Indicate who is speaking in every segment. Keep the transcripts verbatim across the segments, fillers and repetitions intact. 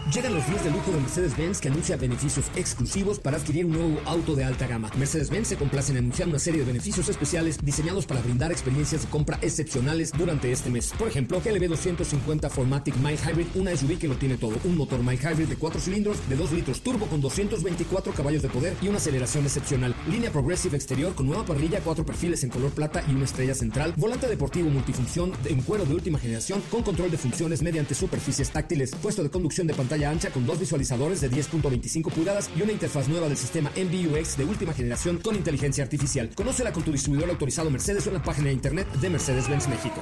Speaker 1: Llegan los días de lujo de Mercedes-Benz, que anuncia beneficios exclusivos para adquirir un nuevo auto de alta gama. Mercedes-Benz se complace en anunciar una serie de beneficios especiales diseñados para brindar experiencias de compra excepcionales durante este mes. Por ejemplo, G L B doscientos cincuenta cuatro matic Mild Hybrid, una S U V que lo tiene todo. Un motor Mild Hybrid de cuatro cilindros de dos litros turbo con doscientos veinticuatro caballos de poder y una aceleración excepcional. Línea Progressive exterior con nueva parrilla, cuatro perfiles en color plata y una estrella central. Volante deportivo multifunción en cuero de última generación con control de funciones mediante superficies táctiles. Puesto de conducción de pantalla ancha con dos visualizadores de diez punto veinticinco pulgadas y una interfaz nueva del sistema M B U X de última generación con inteligencia artificial. Conócela con tu distribuidor autorizado Mercedes o en la página de internet de Mercedes-Benz México.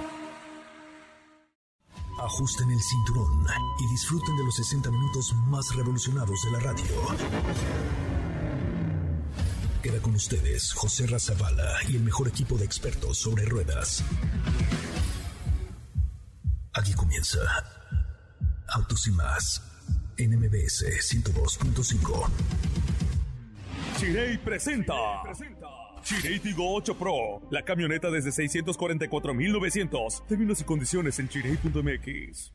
Speaker 2: Ajusten el cinturón y disfruten de los sesenta minutos más revolucionados de la radio. Queda con ustedes José Razabala y el mejor equipo de expertos sobre ruedas. Aquí comienza Autos y Más en M B S ciento dos punto cinco.
Speaker 3: Chirey presenta Chirey Tigo ocho Pro, la camioneta desde seiscientos cuarenta y cuatro mil novecientos. Términos y condiciones en chirey punto m x.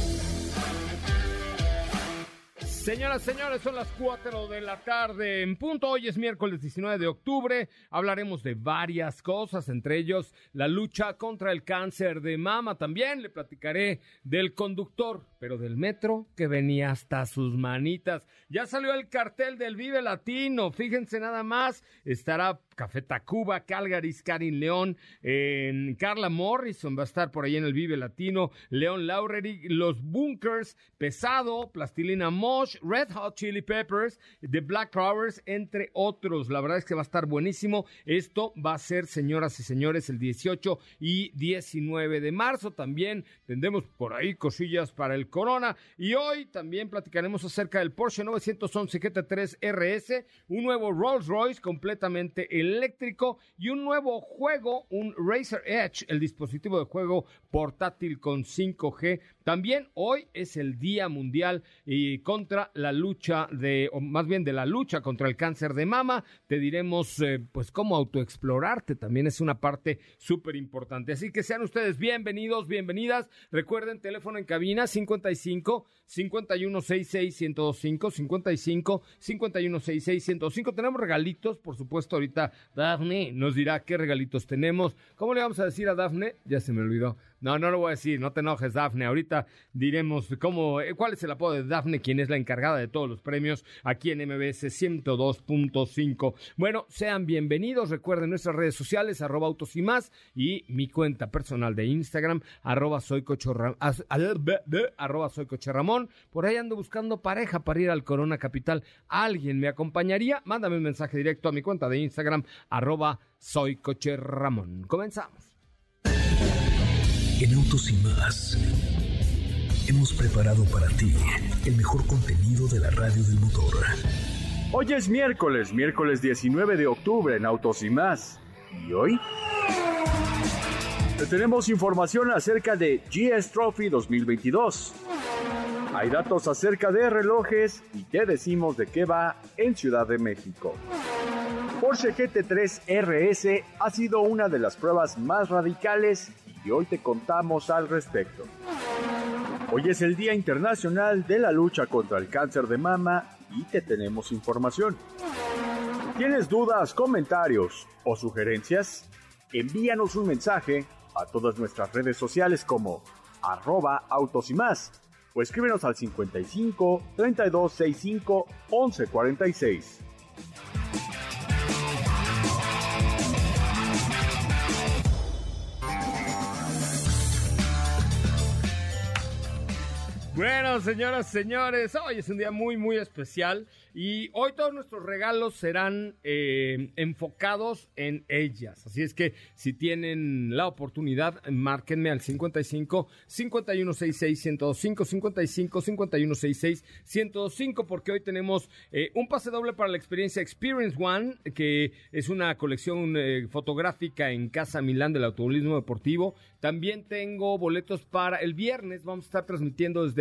Speaker 4: Señoras, señores, son las cuatro de la tarde en punto. Hoy es miércoles diecinueve de octubre. Hablaremos de varias cosas, entre ellos la lucha contra el cáncer de mama. También le platicaré del conductor, pero del metro, que venía hasta sus manitas. Ya salió el cartel del Vive Latino. Fíjense nada más. Estará Café Tacuba, Calgaris, Karin León, eh, Carla Morrison va a estar por ahí en el Vive Latino, León Laurery, Los Bunkers, Pesado, Plastilina Mosh, Red Hot Chili Peppers, The Black Crowers, entre otros. La verdad es que va a estar buenísimo. Esto va a ser, señoras y señores, el dieciocho y diecinueve de marzo. También tendremos por ahí cosillas para el Corona. Y hoy también platicaremos acerca del Porsche novecientos once G T tres R S, un nuevo Rolls Royce completamente eléctrico y un nuevo juego, un Razer Edge, el dispositivo de juego portátil con cinco G. También hoy es el Día Mundial y contra la lucha de, o más bien de la lucha contra el cáncer de mama. Te diremos, eh, pues, cómo autoexplorarte. También es una parte súper importante. Así que sean ustedes bienvenidos, bienvenidas. Recuerden, teléfono en cabina cincuenta y cinco, cincuenta y uno, sesenta y seis, ciento veinticinco, cincuenta y cinco, cincuenta y uno, sesenta y seis, ciento veinticinco. Tenemos regalitos, por supuesto. Ahorita Dafne nos dirá qué regalitos tenemos. ¿Cómo le vamos a decir a Dafne? Ya se me olvidó. No, no lo voy a decir, no te enojes, Dafne. Ahorita diremos cómo, cuál es el apodo de Dafne, quien es la encargada de todos los premios aquí en M B S ciento dos punto cinco. Bueno, sean bienvenidos. Recuerden nuestras redes sociales, arroba autos y más, y mi cuenta personal de Instagram, arroba soy cochorra, arroba soy cocherramón. Por ahí ando buscando pareja para ir al Corona Capital. ¿Alguien me acompañaría? Mándame un mensaje directo a mi cuenta de Instagram, arroba soy cocherramón. Comenzamos.
Speaker 2: En Autos y Más hemos preparado para ti el mejor contenido de la radio del motor.
Speaker 5: Hoy es miércoles, miércoles diecinueve de octubre en Autos y Más. ¿Y hoy? Tenemos información acerca de G S Trophy dos mil veintidós. Hay datos acerca de relojes y te decimos de qué va en Ciudad de México. Porsche G T tres R S ha sido una de las pruebas más radicales y hoy te contamos al respecto. Hoy es el Día Internacional de la Lucha contra el Cáncer de Mama y te tenemos información. ¿Tienes dudas, comentarios o sugerencias? Envíanos un mensaje a todas nuestras redes sociales como arroba autos y más o escríbenos al cincuenta y cinco, treinta y dos, sesenta y cinco, once cuarenta y seis.
Speaker 4: Bueno, señoras, señores, hoy es un día muy, muy especial y hoy todos nuestros regalos serán eh, enfocados en ellas. Así es que si tienen la oportunidad, márquenme al cincuenta y cinco, cincuenta y uno, sesenta y seis, ciento veinticinco, cincuenta y cinco, cincuenta y uno, sesenta y seis, ciento veinticinco, porque hoy tenemos eh, un pase doble para la experiencia Experience One, que es una colección eh, fotográfica en Casa Milán del automovilismo deportivo. También tengo boletos para el viernes, vamos a estar transmitiendo desde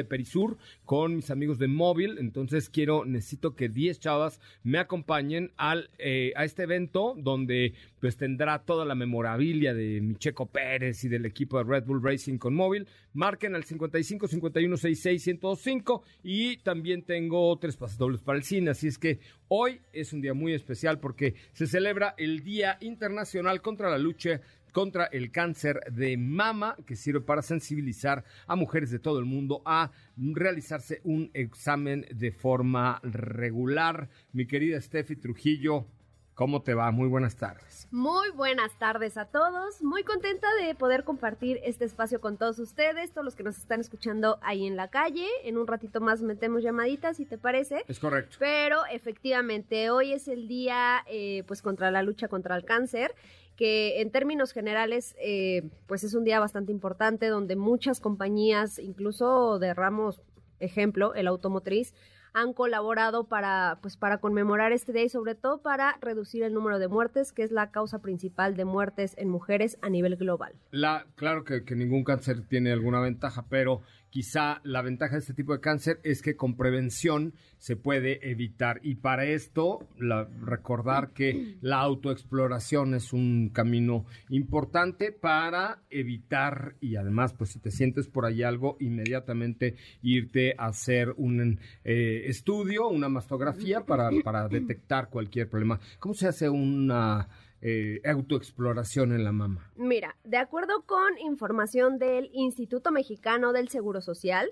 Speaker 4: Perisur con mis amigos de Móvil. Entonces quiero, necesito que diez chavas me acompañen al, eh, a este evento donde pues tendrá toda la memorabilia de mi Checo Pérez y del equipo de Red Bull Racing con Móvil. Marquen al cincuenta y cinco cincuenta y uno sesenta y seis ciento cinco y también tengo tres pases dobles para el cine. Así es que hoy es un día muy especial porque se celebra el Día Internacional contra la Lucha contra el Cáncer de Mama, que sirve para sensibilizar a mujeres de todo el mundo a realizarse un examen de forma regular. Mi querida Steffi Trujillo, ¿cómo te va? Muy buenas tardes.
Speaker 6: Muy buenas tardes a todos. Muy contenta de poder compartir este espacio con todos ustedes, todos los que nos están escuchando ahí en la calle. En un ratito más metemos llamaditas, si te parece.
Speaker 4: Es correcto.
Speaker 6: Pero efectivamente, hoy es el día eh, pues contra la lucha contra el cáncer, que en términos generales eh, pues es un día bastante importante donde muchas compañías, incluso de ramos, ejemplo, el automotriz, han colaborado para, pues, para conmemorar este día y sobre todo para reducir el número de muertes, que es la causa principal de muertes en mujeres a nivel global.
Speaker 4: La, claro que, que ningún cáncer tiene alguna ventaja, pero quizá la ventaja de este tipo de cáncer es que con prevención se puede evitar. Y para esto, la, recordar que la autoexploración es un camino importante para evitar, y además, pues si te sientes por ahí algo, inmediatamente irte a hacer un eh, estudio, una mastografía para, para detectar cualquier problema. ¿Cómo se hace una Eh, autoexploración en la mama?
Speaker 6: Mira, de acuerdo con información del Instituto Mexicano del Seguro Social,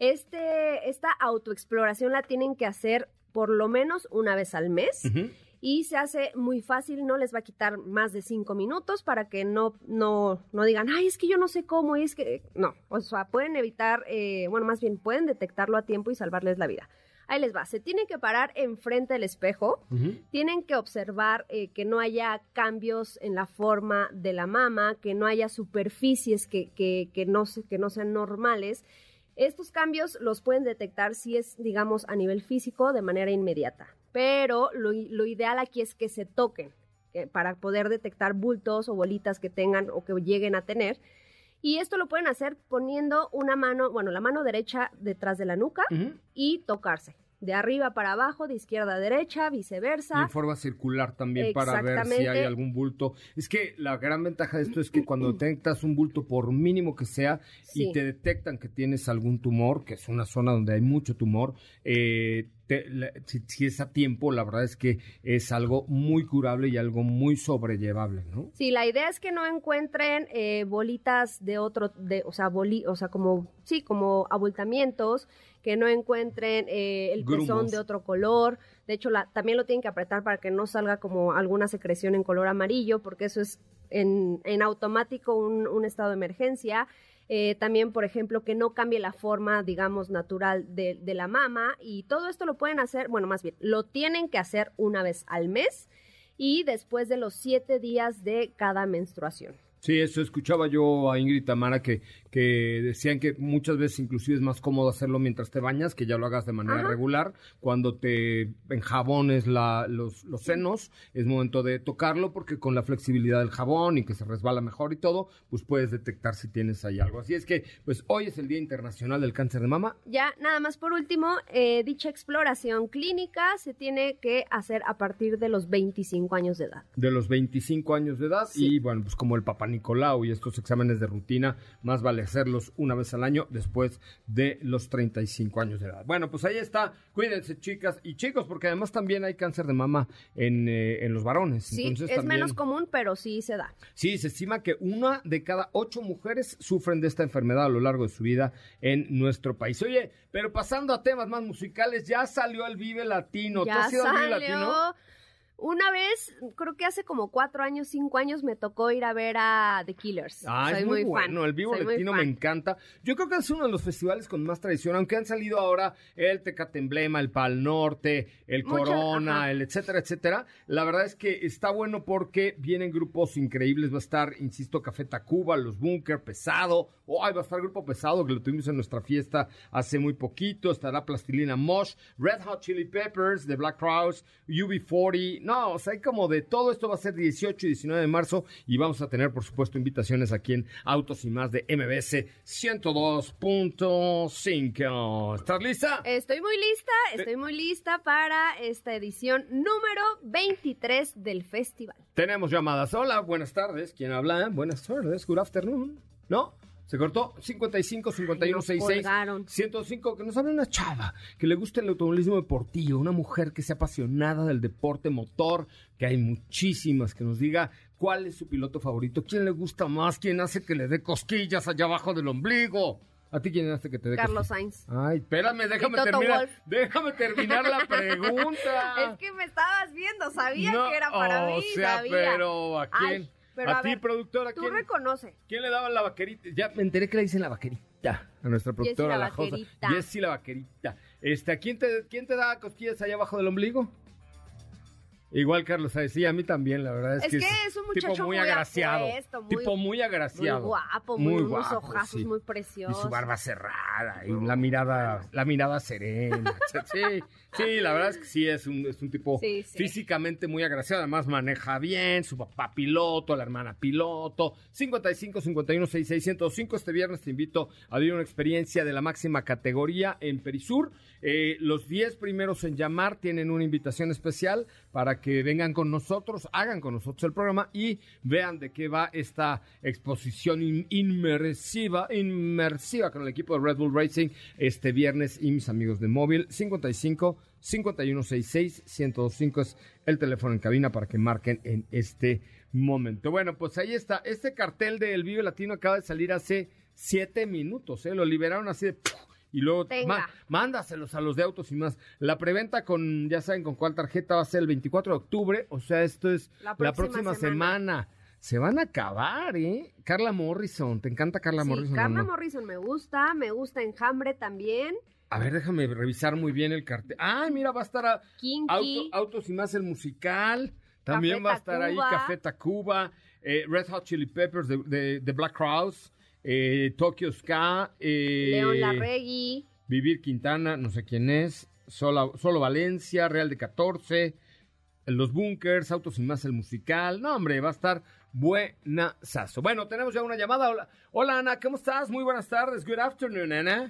Speaker 6: este, esta autoexploración la tienen que hacer por lo menos una vez al mes. Uh-huh. Y se hace muy fácil, no les va a quitar más de cinco minutos para que no, no, no digan, ay, es que yo no sé cómo, es que... No, o sea, pueden evitar, eh, bueno, más bien pueden detectarlo a tiempo y salvarles la vida. Ahí les va, se tienen que parar enfrente del espejo, uh-huh. tienen que observar eh, que no haya cambios en la forma de la mama, que no haya superficies que, que, que, no, que no sean normales. Estos cambios los pueden detectar si es, digamos, a nivel físico de manera inmediata, pero lo, lo ideal aquí es que se toquen eh, para poder detectar bultos o bolitas que tengan o que lleguen a tener. Y esto lo pueden hacer poniendo una mano, bueno, la mano derecha detrás de la nuca uh-huh. y tocarse. De arriba para abajo, de izquierda a derecha, viceversa.
Speaker 4: Y en forma circular también para ver si hay algún bulto. Es que la gran ventaja de esto es que cuando detectas un bulto, por mínimo que sea, sí. y te detectan que tienes algún tumor, que es una zona donde hay mucho tumor, eh, te, la, si, si es a tiempo, la verdad es que es algo muy curable y algo muy sobrellevable, ¿no?
Speaker 6: Sí, la idea es que no encuentren eh, bolitas de otro, de, o sea, boli, o sea, como, sí, como abultamientos, que no encuentren eh, el
Speaker 4: Grumos.
Speaker 6: pezón de otro color. De hecho, la, también lo tienen que apretar para que no salga como alguna secreción en color amarillo, porque eso es en, en automático un, un estado de emergencia. Eh, también, por ejemplo, que no cambie la forma, digamos, natural de, de la mama. Y todo esto lo pueden hacer, bueno, más bien, lo tienen que hacer una vez al mes y después de los siete días de cada menstruación.
Speaker 4: Sí, eso escuchaba yo a Ingrid y Tamara que, que decían que muchas veces inclusive es más cómodo hacerlo mientras te bañas, que ya lo hagas de manera Ajá. regular. Cuando te enjabones la, los, los senos, es momento de tocarlo porque con la flexibilidad del jabón y que se resbala mejor y todo, pues puedes detectar si tienes ahí algo. Así es que, pues hoy es el Día Internacional del Cáncer de Mama.
Speaker 6: Ya, nada más por último, eh, dicha exploración clínica se tiene que hacer a partir de los veinticinco años de edad.
Speaker 4: De los veinticinco años de edad sí. Y bueno, pues como el Papá Nicolau y estos exámenes de rutina, más vale hacerlos una vez al año después de los treinta y cinco años de edad. Bueno, pues ahí está. Cuídense, chicas y chicos, porque además también hay cáncer de mama en, eh, en los varones.
Speaker 6: Sí,
Speaker 4: Entonces,
Speaker 6: es
Speaker 4: también,
Speaker 6: menos común, pero sí se da.
Speaker 4: Sí, se estima que una de cada ocho mujeres sufren de esta enfermedad a lo largo de su vida en nuestro país. Oye, pero pasando a temas más musicales, ya salió el Vive Latino.
Speaker 6: Ya
Speaker 4: ¿Tú has ido
Speaker 6: salió.
Speaker 4: al Vive Latino?
Speaker 6: Una vez, creo que hace como cuatro años, cinco años, me tocó ir a ver a The Killers.
Speaker 4: Ah,
Speaker 6: Soy
Speaker 4: es muy,
Speaker 6: muy
Speaker 4: bueno,
Speaker 6: fan.
Speaker 4: el Vivo
Speaker 6: Soy
Speaker 4: Latino me encanta. Yo creo que es uno de los festivales con más tradición, aunque han salido ahora el Tecate Emblema, el Pal Norte, el Mucha, Corona, ajá. el etcétera, etcétera. La verdad es que está bueno porque vienen grupos increíbles. Va a estar, insisto, Café Tacuba, Los Búnker, Pesado. Oh, va a estar el Grupo Pesado, que lo tuvimos en nuestra fiesta hace muy poquito. Estará Plastilina Mosh, Red Hot Chili Peppers, The Black Crowes, U B cuarenta. No, o sea, hay como de todo. Esto va a ser dieciocho y diecinueve de marzo y vamos a tener, por supuesto, invitaciones aquí en Autos y Más de M B S ciento dos punto cinco. ¿Estás lista?
Speaker 6: Estoy muy lista, estoy muy lista para esta edición número veintitrés del festival.
Speaker 4: Tenemos llamadas. Hola, buenas tardes. ¿Quién habla? Buenas tardes. Good afternoon. ¿No? ¿Se cortó? cincuenta y cinco, cincuenta y uno, sesenta y seis, ciento cinco. Que nos habla una chava que le gusta el automovilismo deportivo, una mujer que sea apasionada del deporte motor, que hay muchísimas, que nos diga cuál es su piloto favorito, quién le gusta más, quién hace que le dé cosquillas allá abajo del ombligo. ¿A ti quién hace que te dé
Speaker 6: Carlos
Speaker 4: cosquillas?
Speaker 6: Sainz.
Speaker 4: Ay, espérame, déjame terminar. Wolf. Déjame terminar la pregunta.
Speaker 6: Es que me estabas viendo, sabía
Speaker 4: no,
Speaker 6: que era para
Speaker 4: o
Speaker 6: mí,
Speaker 4: sea,
Speaker 6: sabía.
Speaker 4: pero ¿a quién?
Speaker 6: Ay. Pero
Speaker 4: a,
Speaker 6: a
Speaker 4: ti,
Speaker 6: ver,
Speaker 4: productora,
Speaker 6: tú
Speaker 4: ¿quién,
Speaker 6: reconoce.
Speaker 4: ¿quién le daba la vaquerita? Ya me enteré que le dicen la vaquerita a nuestra productora,
Speaker 6: Jessie la
Speaker 4: la Josa.
Speaker 6: vaquerita.
Speaker 4: Jessie la vaquerita. Este, ¿a quién te, quién te da cosquillas allá abajo del ombligo? Igual Carlos Sainz, sí, a mí también, la verdad es,
Speaker 6: es
Speaker 4: que,
Speaker 6: que
Speaker 4: es,
Speaker 6: es un muchacho
Speaker 4: tipo muy,
Speaker 6: muy
Speaker 4: agraciado,
Speaker 6: apuesto, muy,
Speaker 4: tipo muy agraciado,
Speaker 6: muy guapo, muy,
Speaker 4: muy
Speaker 6: unos
Speaker 4: guapo,
Speaker 6: ojazos
Speaker 4: sí.
Speaker 6: muy preciosos.
Speaker 4: Y su barba cerrada y la mirada, la mirada serena. Sí, sí, la verdad es que sí es un, es un tipo
Speaker 6: sí, sí.
Speaker 4: físicamente muy agraciado, además maneja bien, su papá piloto, la hermana piloto. cincuenta y cinco, cincuenta y uno, sesenta y seis, ciento cinco. Este viernes te invito a vivir una experiencia de la máxima categoría en Perisur. Eh, los diez primeros en llamar tienen una invitación especial para que vengan con nosotros, hagan con nosotros el programa y vean de qué va esta exposición in- inmersiva, inmersiva con el equipo de Red Bull Racing este viernes y mis amigos de móvil. cincuenta y cinco, cincuenta y uno, sesenta y seis, ciento cinco es el teléfono en cabina para que marquen en este momento. Bueno, pues ahí está. Este cartel del Vive Latino acaba de salir hace siete minutos, ¿eh? Lo liberaron así de... ¡puf! Y luego ma- mándaselos a los de Autos y Más. La preventa con, ya saben con cuál tarjeta va a ser el veinticuatro de octubre. O sea, esto es la próxima, la próxima semana. semana. Se van a acabar, ¿eh? Carla Morrison, ¿te encanta Carla
Speaker 6: sí,
Speaker 4: Morrison?
Speaker 6: Carla
Speaker 4: ¿no?
Speaker 6: Morrison me gusta, me gusta Enjambre también.
Speaker 4: A ver, déjame revisar muy bien el cartel. ¡Ay, mira, va a estar a Auto, Autos y Más el musical! También
Speaker 6: Café
Speaker 4: va a estar
Speaker 6: Tacuba.
Speaker 4: ahí Café Tacuba, eh, Red Hot Chili Peppers de, de, de Black Crowes, eh, Tokyo Ska, eh,
Speaker 6: León Larregui,
Speaker 4: Vivir Quintana, no sé quién es, Solo, Solo Valencia, Real de catorce, Los Bunkers, Autos y Más el musical. No, hombre, va a estar buenazazo. Bueno, tenemos ya una llamada. Hola, hola Ana, ¿cómo estás? Muy buenas tardes. Good afternoon, Ana.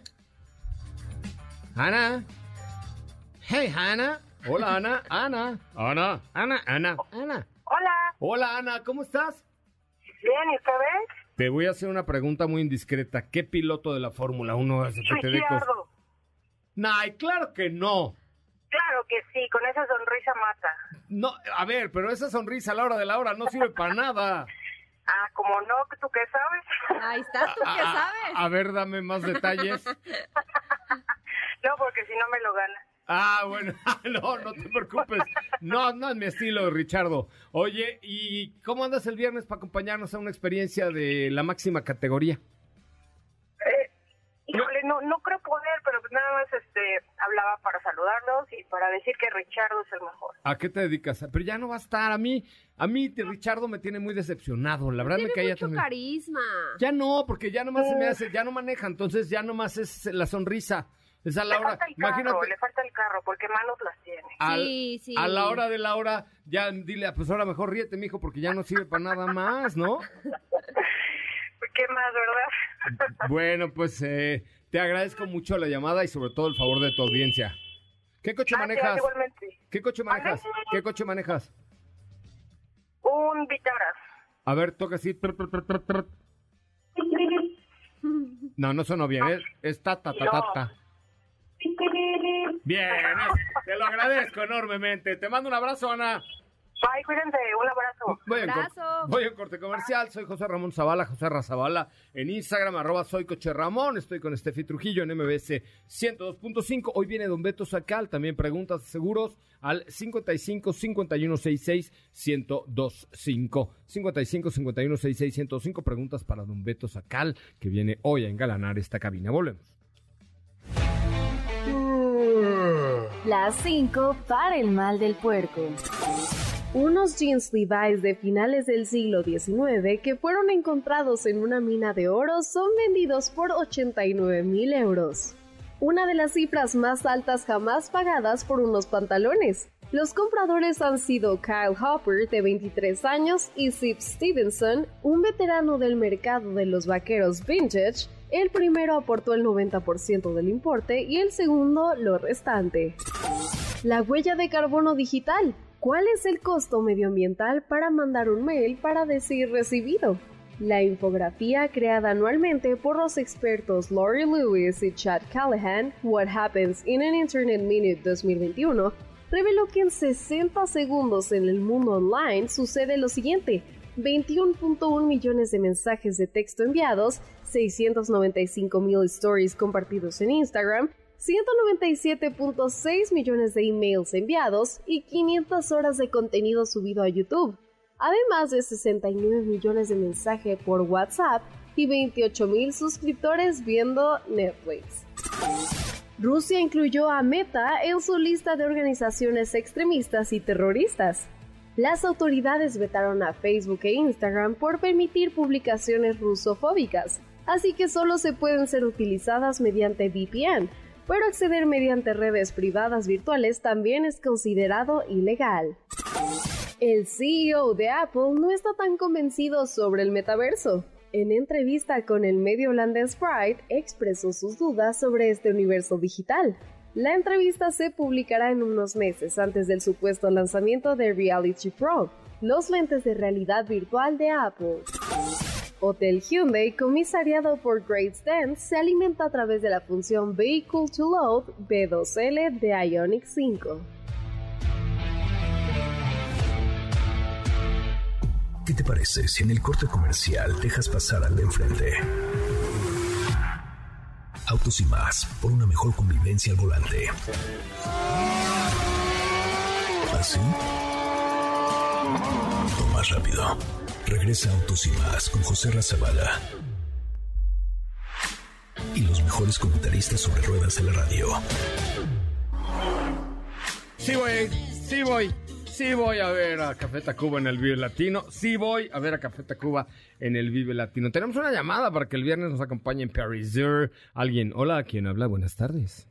Speaker 4: Ana. Hey, Ana. Hola, Ana. Ana. Ana. Ana. Ana. Ana.
Speaker 7: Hola.
Speaker 4: Hola, Ana, ¿cómo estás?
Speaker 7: Bien, ¿y usted ve?
Speaker 4: Te voy a hacer una pregunta muy indiscreta. ¿Qué piloto de la Fórmula uno hace que te dé cos-
Speaker 7: Ricciardo.
Speaker 4: Nay, claro que no.
Speaker 7: Claro que sí, con esa sonrisa mata.
Speaker 4: No, a ver, pero esa sonrisa a la hora de la hora no sirve para nada.
Speaker 7: Ah, como no, ¿tú qué sabes?
Speaker 6: ahí estás, ¿tú qué
Speaker 4: A,
Speaker 6: sabes?
Speaker 4: a ver, dame más detalles.
Speaker 7: No, porque si no me lo gana.
Speaker 4: Ah, bueno, no, no te preocupes. No, no es mi estilo, Richardo. Oye, ¿y cómo andas el viernes para acompañarnos a una experiencia de la máxima categoría?
Speaker 7: Eh, híjole, no, no creo poder, pero pues nada más este, hablaba para saludarlos y para decir que Richardo es el mejor.
Speaker 4: ¿A qué te dedicas? Pero ya no va a estar. A mí, a mí, Richardo me tiene muy decepcionado. La verdad
Speaker 6: Tiene
Speaker 4: me caía
Speaker 6: mucho
Speaker 4: también.
Speaker 6: carisma.
Speaker 4: Ya no, porque ya nomás se me hace, ya no maneja, entonces ya nomás es la sonrisa. Es a la
Speaker 7: Le
Speaker 4: hora,
Speaker 7: falta el carro,
Speaker 4: imagínate.
Speaker 7: le falta el carro, porque manos las tiene.
Speaker 4: Al-
Speaker 6: Sí, sí.
Speaker 4: A la hora de la hora, ya dile, pues ahora mejor ríete, mijo, porque ya no sirve para nada más, ¿no?
Speaker 7: ¿Qué más, verdad?
Speaker 4: Bueno, pues eh, te agradezco mucho la llamada y sobre todo el favor de tu audiencia. ¿Qué coche
Speaker 7: Gracias,
Speaker 4: manejas?
Speaker 7: igualmente.
Speaker 4: ¿Qué coche manejas?
Speaker 7: ¿Mande?
Speaker 4: ¿Qué coche manejas?
Speaker 7: Un Vitara.
Speaker 4: A ver, toca así. Trr, trr, trr, trr, trr. No, no sonó bien, ¿eh? Es ta, ta, ta, ta, ta. Bien, es- te lo agradezco enormemente. Te mando un abrazo, Ana.
Speaker 7: Bye, cuídense, un abrazo.
Speaker 4: Voy en,
Speaker 6: Abrazo.
Speaker 4: cor- voy en corte comercial, soy José Ramón Zavala, José Razabala en Instagram, arroba soy Coche Ramón, estoy con Estefi Trujillo en M B S ciento dos punto cinco, hoy viene Don Beto Sacal, también preguntas de seguros al cincuenta y cinco, cincuenta y uno, sesenta y seis, ciento veinticinco, cincuenta y cinco, cincuenta y uno, sesenta y seis, ciento cinco, preguntas para Don Beto Sacal, que viene hoy a engalanar esta cabina, volvemos.
Speaker 8: Las cinco para el mal del puerco. Unos jeans Levi's de finales del siglo diecinueve que fueron encontrados en una mina de oro son vendidos por ochenta y nueve mil euros. Una de las cifras más altas jamás pagadas por unos pantalones. Los compradores han sido Kyle Hopper, de veintitrés años, y Zip Stevenson, un veterano del mercado de los vaqueros vintage. El primero aportó el noventa por ciento del importe y el segundo lo restante. La huella de carbono digital. ¿Cuál es el costo medioambiental para mandar un mail para decir recibido? La infografía creada anualmente por los expertos Lori Lewis y Chad Callahan, What Happens in an Internet Minute dos mil veintiuno, reveló que en sesenta segundos en el mundo online sucede lo siguiente: veintiuno punto uno millones de mensajes de texto enviados, seiscientos noventa y cinco mil stories compartidos en Instagram, ciento noventa y siete punto seis millones de emails enviados y quinientas horas de contenido subido a YouTube, además de sesenta y nueve millones de mensajes por WhatsApp y veintiocho mil suscriptores viendo Netflix. Rusia incluyó a Meta en su lista de organizaciones extremistas y terroristas. Las autoridades vetaron a Facebook e Instagram por permitir publicaciones rusofóbicas, así que solo se pueden ser utilizadas mediante V P N, pero acceder mediante redes privadas virtuales también es considerado ilegal. El C E O de Apple no está tan convencido sobre el metaverso. En entrevista con el medio holandés Bright, expresó sus dudas sobre este universo digital. La entrevista se publicará en unos meses antes del supuesto lanzamiento de Reality Pro, los lentes de realidad virtual de Apple. Hotel Hyundai, comisariado por Great Dance, se alimenta a través de la función Vehicle to Load V dos L de Ioniq cinco.
Speaker 2: ¿Qué te parece si en el corte comercial dejas pasar al de enfrente? Autos y más, por una mejor convivencia al volante. ¿Así? O más rápido. Regresa Autos y más con José Razabala y los mejores comentaristas sobre ruedas de la radio.
Speaker 4: Sí voy, sí voy, sí voy a ver a Café Tacuba en el Vive Latino. Sí voy a ver a Café Tacuba en el Vive Latino. Tenemos una llamada para que el viernes nos acompañe en Perisur. Alguien, hola, ¿quién habla? Buenas tardes.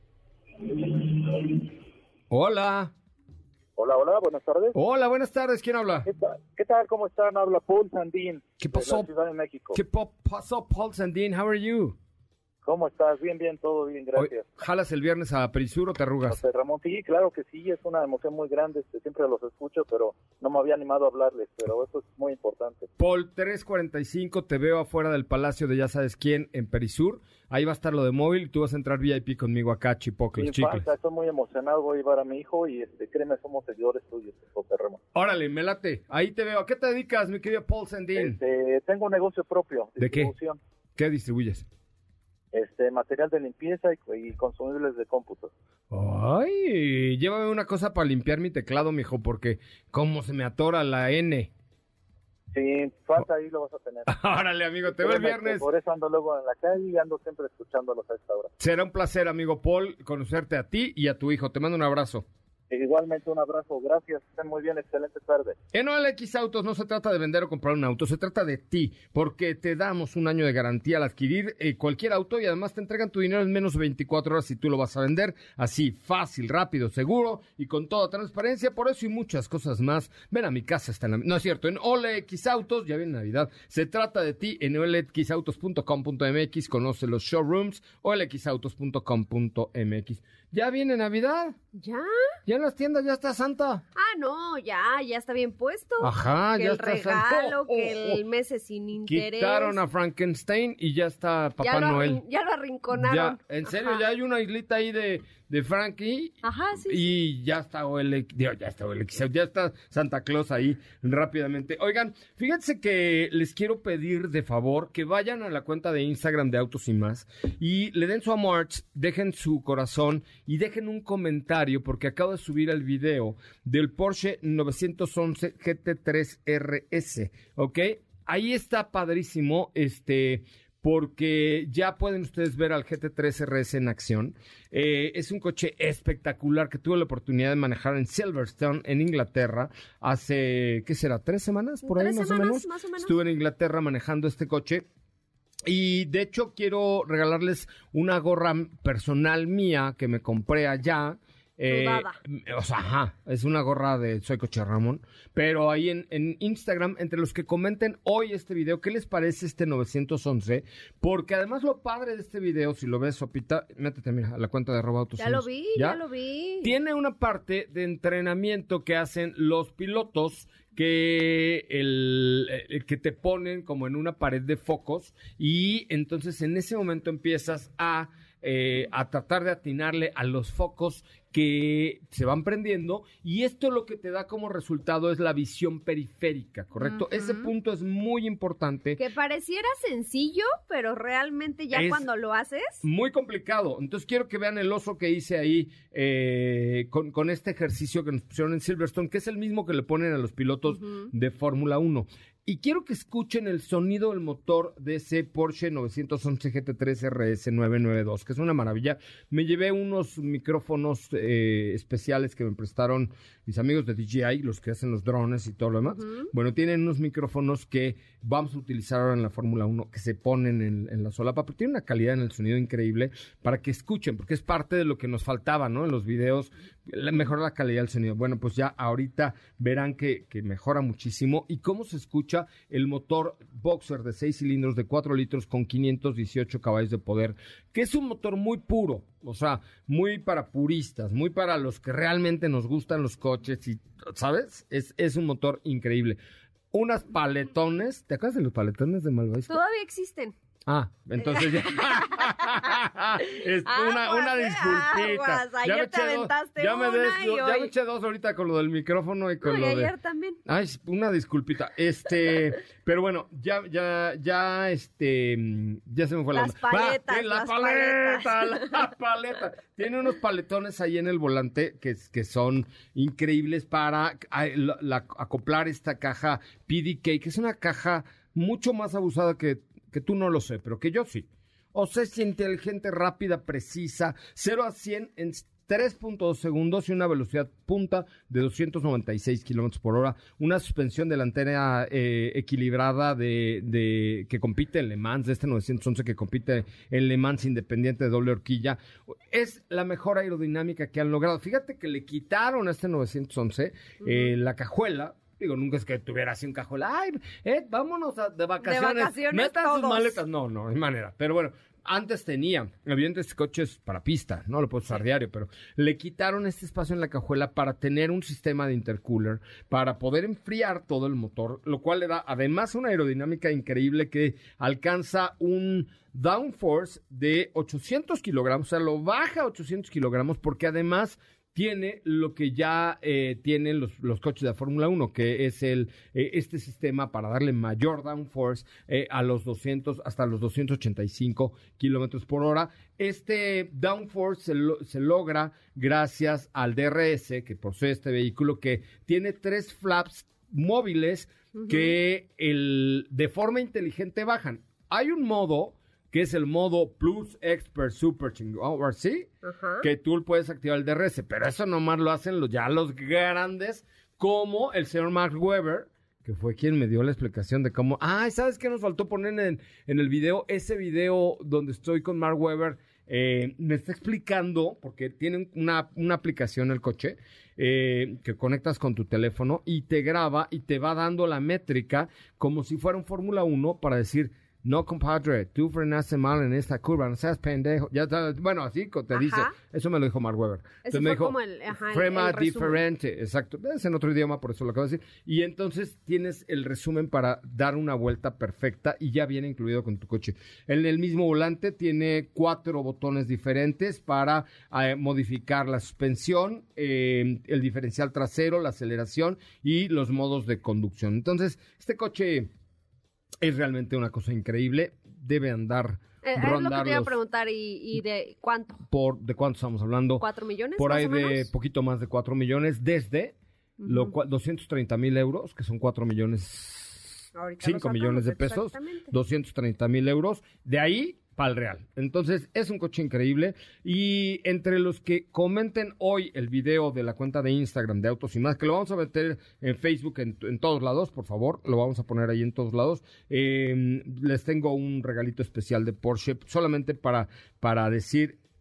Speaker 4: Hola.
Speaker 9: Hola, hola, buenas tardes.
Speaker 4: Hola, buenas tardes, ¿quién habla?
Speaker 9: ¿Qué tal? ¿Qué tal? ¿Cómo están? Habla Paul Sandin.
Speaker 4: ¿Qué pasó?
Speaker 9: De la Ciudad de México.
Speaker 4: ¿Qué po- pasó, Paul Sandin? How are you?
Speaker 9: ¿Cómo estás? Bien, bien, todo bien, gracias.
Speaker 4: Hoy, ¿jalas el viernes a Perisur o te arrugas?
Speaker 9: José Ramón, sí, claro que sí, es una emoción muy grande, este, siempre los escucho, pero no me había animado a hablarles, pero eso es muy importante.
Speaker 4: Paul, tres cuarenta y cinco, te veo afuera del Palacio de ya sabes quién en Perisur. Ahí va a estar lo de móvil y tú vas a entrar V I P conmigo acá, chipocles,
Speaker 9: Sí,
Speaker 4: chicles.
Speaker 9: falta, estoy muy emocionado, voy a llevar a mi hijo y este, créeme, somos seguidores tuyos, José Ramón.
Speaker 4: Órale, me late, ahí te veo. ¿A qué te dedicas, mi querido Paul Sandin?
Speaker 9: Este, tengo un negocio propio,
Speaker 4: ¿De qué?
Speaker 9: distribución.
Speaker 4: ¿Qué distribuyes?
Speaker 9: Este, material de limpieza y, y consumibles de cómputo.
Speaker 4: Ay, llévame una cosa para limpiar mi teclado, mijo, porque como se me atora la N.
Speaker 9: Sí, falta ahí lo vas a tener.
Speaker 4: Órale, amigo, te veo el viernes.
Speaker 9: Por eso ando luego en la calle y ando siempre escuchándolos a esta hora.
Speaker 4: Será un placer, amigo Paul, conocerte a ti y a tu hijo. Te mando un abrazo.
Speaker 9: Igualmente un abrazo, gracias, estén muy bien, excelente tarde.
Speaker 4: En O L X Autos no se trata de vender o comprar un auto, se trata de ti, porque te damos un año de garantía al adquirir eh, cualquier auto y además te entregan tu dinero en menos de veinticuatro horas si tú lo vas a vender, así, fácil, rápido, seguro y con toda transparencia. Por eso y muchas cosas más, ven a mi casa, está en la... No es cierto, en O L X Autos, ya viene Navidad, se trata de ti en O L X autos punto com punto M X, conoce los showrooms, O L X autos punto com punto M X. ¿Ya viene Navidad?
Speaker 6: ¿Ya?
Speaker 4: ¿Ya en las tiendas ya está Santa?
Speaker 6: Ah, no, ya, ya está bien puesto.
Speaker 4: Ajá,
Speaker 6: que
Speaker 4: ya
Speaker 6: el
Speaker 4: está
Speaker 6: regalo,
Speaker 4: Santa. Oh,
Speaker 6: que
Speaker 4: oh,
Speaker 6: el mes es sin interés.
Speaker 4: Quitaron a Frankenstein y ya está Papá
Speaker 6: ya lo
Speaker 4: Noel.
Speaker 6: arrin- ya lo arrinconaron.
Speaker 4: Ya, en serio,
Speaker 6: Ajá.
Speaker 4: ya hay una islita ahí de, de Frankie.
Speaker 6: Ajá, sí,
Speaker 4: Y ya está O L X, digo, ya está O L X, ya está Santa Claus ahí rápidamente. Oigan, fíjense que les quiero pedir de favor que vayan a la cuenta de Instagram de Autos y Más y le den su amor, dejen su corazón y dejen un comentario porque acabo de subir el video del Porsche novecientos once G T tres R S, ¿ok? Ahí está padrísimo, este... porque ya pueden ustedes ver al G T tres R S en acción. Eh, es un coche espectacular que tuve la oportunidad de manejar en Silverstone, en Inglaterra, hace, ¿qué será? ¿Tres semanas? Por ahí
Speaker 6: Tres
Speaker 4: más,
Speaker 6: semanas,
Speaker 4: o menos.
Speaker 6: más o menos.
Speaker 4: Estuve en Inglaterra manejando este coche. Y de hecho quiero regalarles una gorra personal mía que me compré allá. Eh, o sea, ajá, es una gorra de Soy Coche Ramón. Pero ahí en, en Instagram, entre los que comenten hoy este video, ¿qué les parece este novecientos once? Porque además lo padre de este video, si lo ves, Sopita, métete, mira, a la cuenta de arroba autos.
Speaker 6: Ya lo vi, ¿ya? ya lo vi.
Speaker 4: Tiene una parte de entrenamiento que hacen los pilotos que el, el que te ponen como en una pared de focos y entonces en ese momento empiezas a, eh, a tratar de atinarle a los focos que se van prendiendo y esto lo que te da como resultado es la visión periférica, ¿correcto? Uh-huh. Ese punto es muy importante.
Speaker 6: Que pareciera sencillo, pero realmente ya
Speaker 4: es
Speaker 6: cuando lo haces...
Speaker 4: muy complicado. Entonces quiero que vean el oso que hice ahí eh, con, con este ejercicio que nos pusieron en Silverstone, que es el mismo que le ponen a los pilotos uh-huh. de Fórmula uno. Y quiero que escuchen el sonido del motor de ese Porsche novecientos once G T tres R S novecientos noventa y dos, que es una maravilla. Me llevé unos micrófonos eh, especiales que me prestaron mis amigos de D J I, los que hacen los drones y todo lo demás. Uh-huh. Bueno, tienen unos micrófonos que vamos a utilizar ahora en la Fórmula uno, que se ponen en, en la solapa, pero tiene una calidad en el sonido increíble para que escuchen, porque es parte de lo que nos faltaba, ¿no? En los videos, mejora la calidad del sonido. Bueno, pues ya ahorita verán que, que mejora muchísimo. ¿Y cómo se escucha? El motor Boxer de seis cilindros de cuatro litros con quinientos dieciocho caballos de poder, que es un motor muy puro, o sea, muy para puristas, muy para los que realmente nos gustan los coches, y ¿sabes? Es, es un motor increíble. Unas paletones, ¿te acuerdas de los paletones de Malvavisco?
Speaker 6: Todavía existen.
Speaker 4: Ah, entonces ya. es una,
Speaker 6: aguas,
Speaker 4: una disculpita.
Speaker 6: Aguas. Ayer te aventaste
Speaker 4: dos, ya me
Speaker 6: una
Speaker 4: des,
Speaker 6: y
Speaker 4: ya
Speaker 6: hoy...
Speaker 4: me eché dos ahorita con lo del micrófono y con
Speaker 6: no,
Speaker 4: lo
Speaker 6: y
Speaker 4: de...
Speaker 6: ayer también.
Speaker 4: Ay, una disculpita. Este, pero bueno, ya, ya, ya, este, ya se me fue
Speaker 6: las
Speaker 4: la
Speaker 6: paletas,
Speaker 4: Va, la
Speaker 6: las
Speaker 4: paleta,
Speaker 6: paletas.
Speaker 4: la paleta. Tiene unos paletones ahí en el volante que, que son increíbles para la, la, acoplar esta caja P D K, que es una caja mucho más abusada que que tú no lo sé, pero que yo sí. O sea, es inteligente, rápida, precisa, cero a cien en tres punto dos segundos y una velocidad punta de doscientos noventa y seis kilómetros por hora, una suspensión delantera eh, equilibrada de, de que compite en Le Mans, de este novecientos once que compite en Le Mans independiente de doble horquilla. Es la mejor aerodinámica que han logrado. Fíjate que le quitaron a este novecientos once uh-huh. eh, la cajuela. Digo, nunca es que tuviera así un cajón. Ay, eh, vámonos a, de vacaciones.
Speaker 6: De vacaciones
Speaker 4: metan
Speaker 6: todos.
Speaker 4: sus maletas. No, no, hay manera. Pero bueno, antes tenía, evidentemente, coches para pista, no lo puedo usar sí. diario, pero le quitaron este espacio en la cajuela para tener un sistema de intercooler, para poder enfriar todo el motor, lo cual le da además una aerodinámica increíble que alcanza un downforce de ochocientos kilogramos, o sea, lo baja a ochocientos kilogramos, porque además tiene lo que ya eh, tienen los, los coches de la Fórmula uno, que es el eh, este sistema para darle mayor downforce eh, a los doscientos, hasta los doscientos ochenta y cinco kilómetros por hora. Este downforce se, lo, se logra gracias al D R S que posee este vehículo, que tiene tres flaps móviles uh-huh. que el, de forma inteligente bajan. Hay un modo que es el modo Plus Expert Super Chingón, ¿sí? Uh-huh. Que tú puedes activar el D R S, pero eso nomás lo hacen los, ya los grandes, como el señor Mark Webber, que fue quien me dio la explicación de cómo... Ay, ¿sabes qué nos faltó poner en, en el video? Ese video donde estoy con Mark Webber, eh, me está explicando, porque tiene una, una aplicación el coche, eh, que conectas con tu teléfono y te graba y te va dando la métrica como si fuera un Fórmula uno para decir... No, compadre, tú frenaste mal en esta curva, no seas pendejo. Ya, bueno, así te dice. Ajá. Eso me lo dijo Mark Webber.
Speaker 6: Eso
Speaker 4: me
Speaker 6: fue
Speaker 4: dijo,
Speaker 6: como el, ajá,
Speaker 4: frena
Speaker 6: el
Speaker 4: diferente. Exacto. Es en otro idioma, por eso lo acabo de decir. Y entonces tienes el resumen para dar una vuelta perfecta y ya viene incluido con tu coche. En el mismo volante tiene cuatro botones diferentes para eh, modificar la suspensión, eh, el diferencial trasero, la aceleración y los modos de conducción. Entonces, este coche... es realmente una cosa increíble. Debe andar
Speaker 6: eh,
Speaker 4: rondar
Speaker 6: es lo que te iba a
Speaker 4: los,
Speaker 6: preguntar. ¿Y, y de cuánto?
Speaker 4: Por, ¿De cuánto estamos hablando?
Speaker 6: ¿Cuatro millones?
Speaker 4: Por
Speaker 6: más
Speaker 4: ahí
Speaker 6: o
Speaker 4: de
Speaker 6: menos?
Speaker 4: poquito más de cuatro millones. Desde uh-huh. lo cual, doscientos treinta mil euros, que son cuatro millones...
Speaker 6: Ahorita
Speaker 4: cinco millones de pesos. doscientos treinta mil euros. De ahí... para el Real. Entonces, es un coche increíble. Y entre los que comenten hoy el video de la cuenta de Instagram de Autos y Más, que lo vamos a meter en Facebook, en, en todos lados, por favor, lo vamos a poner ahí en todos lados. Eh, les tengo un regalito especial de Porsche, solamente para, para decir,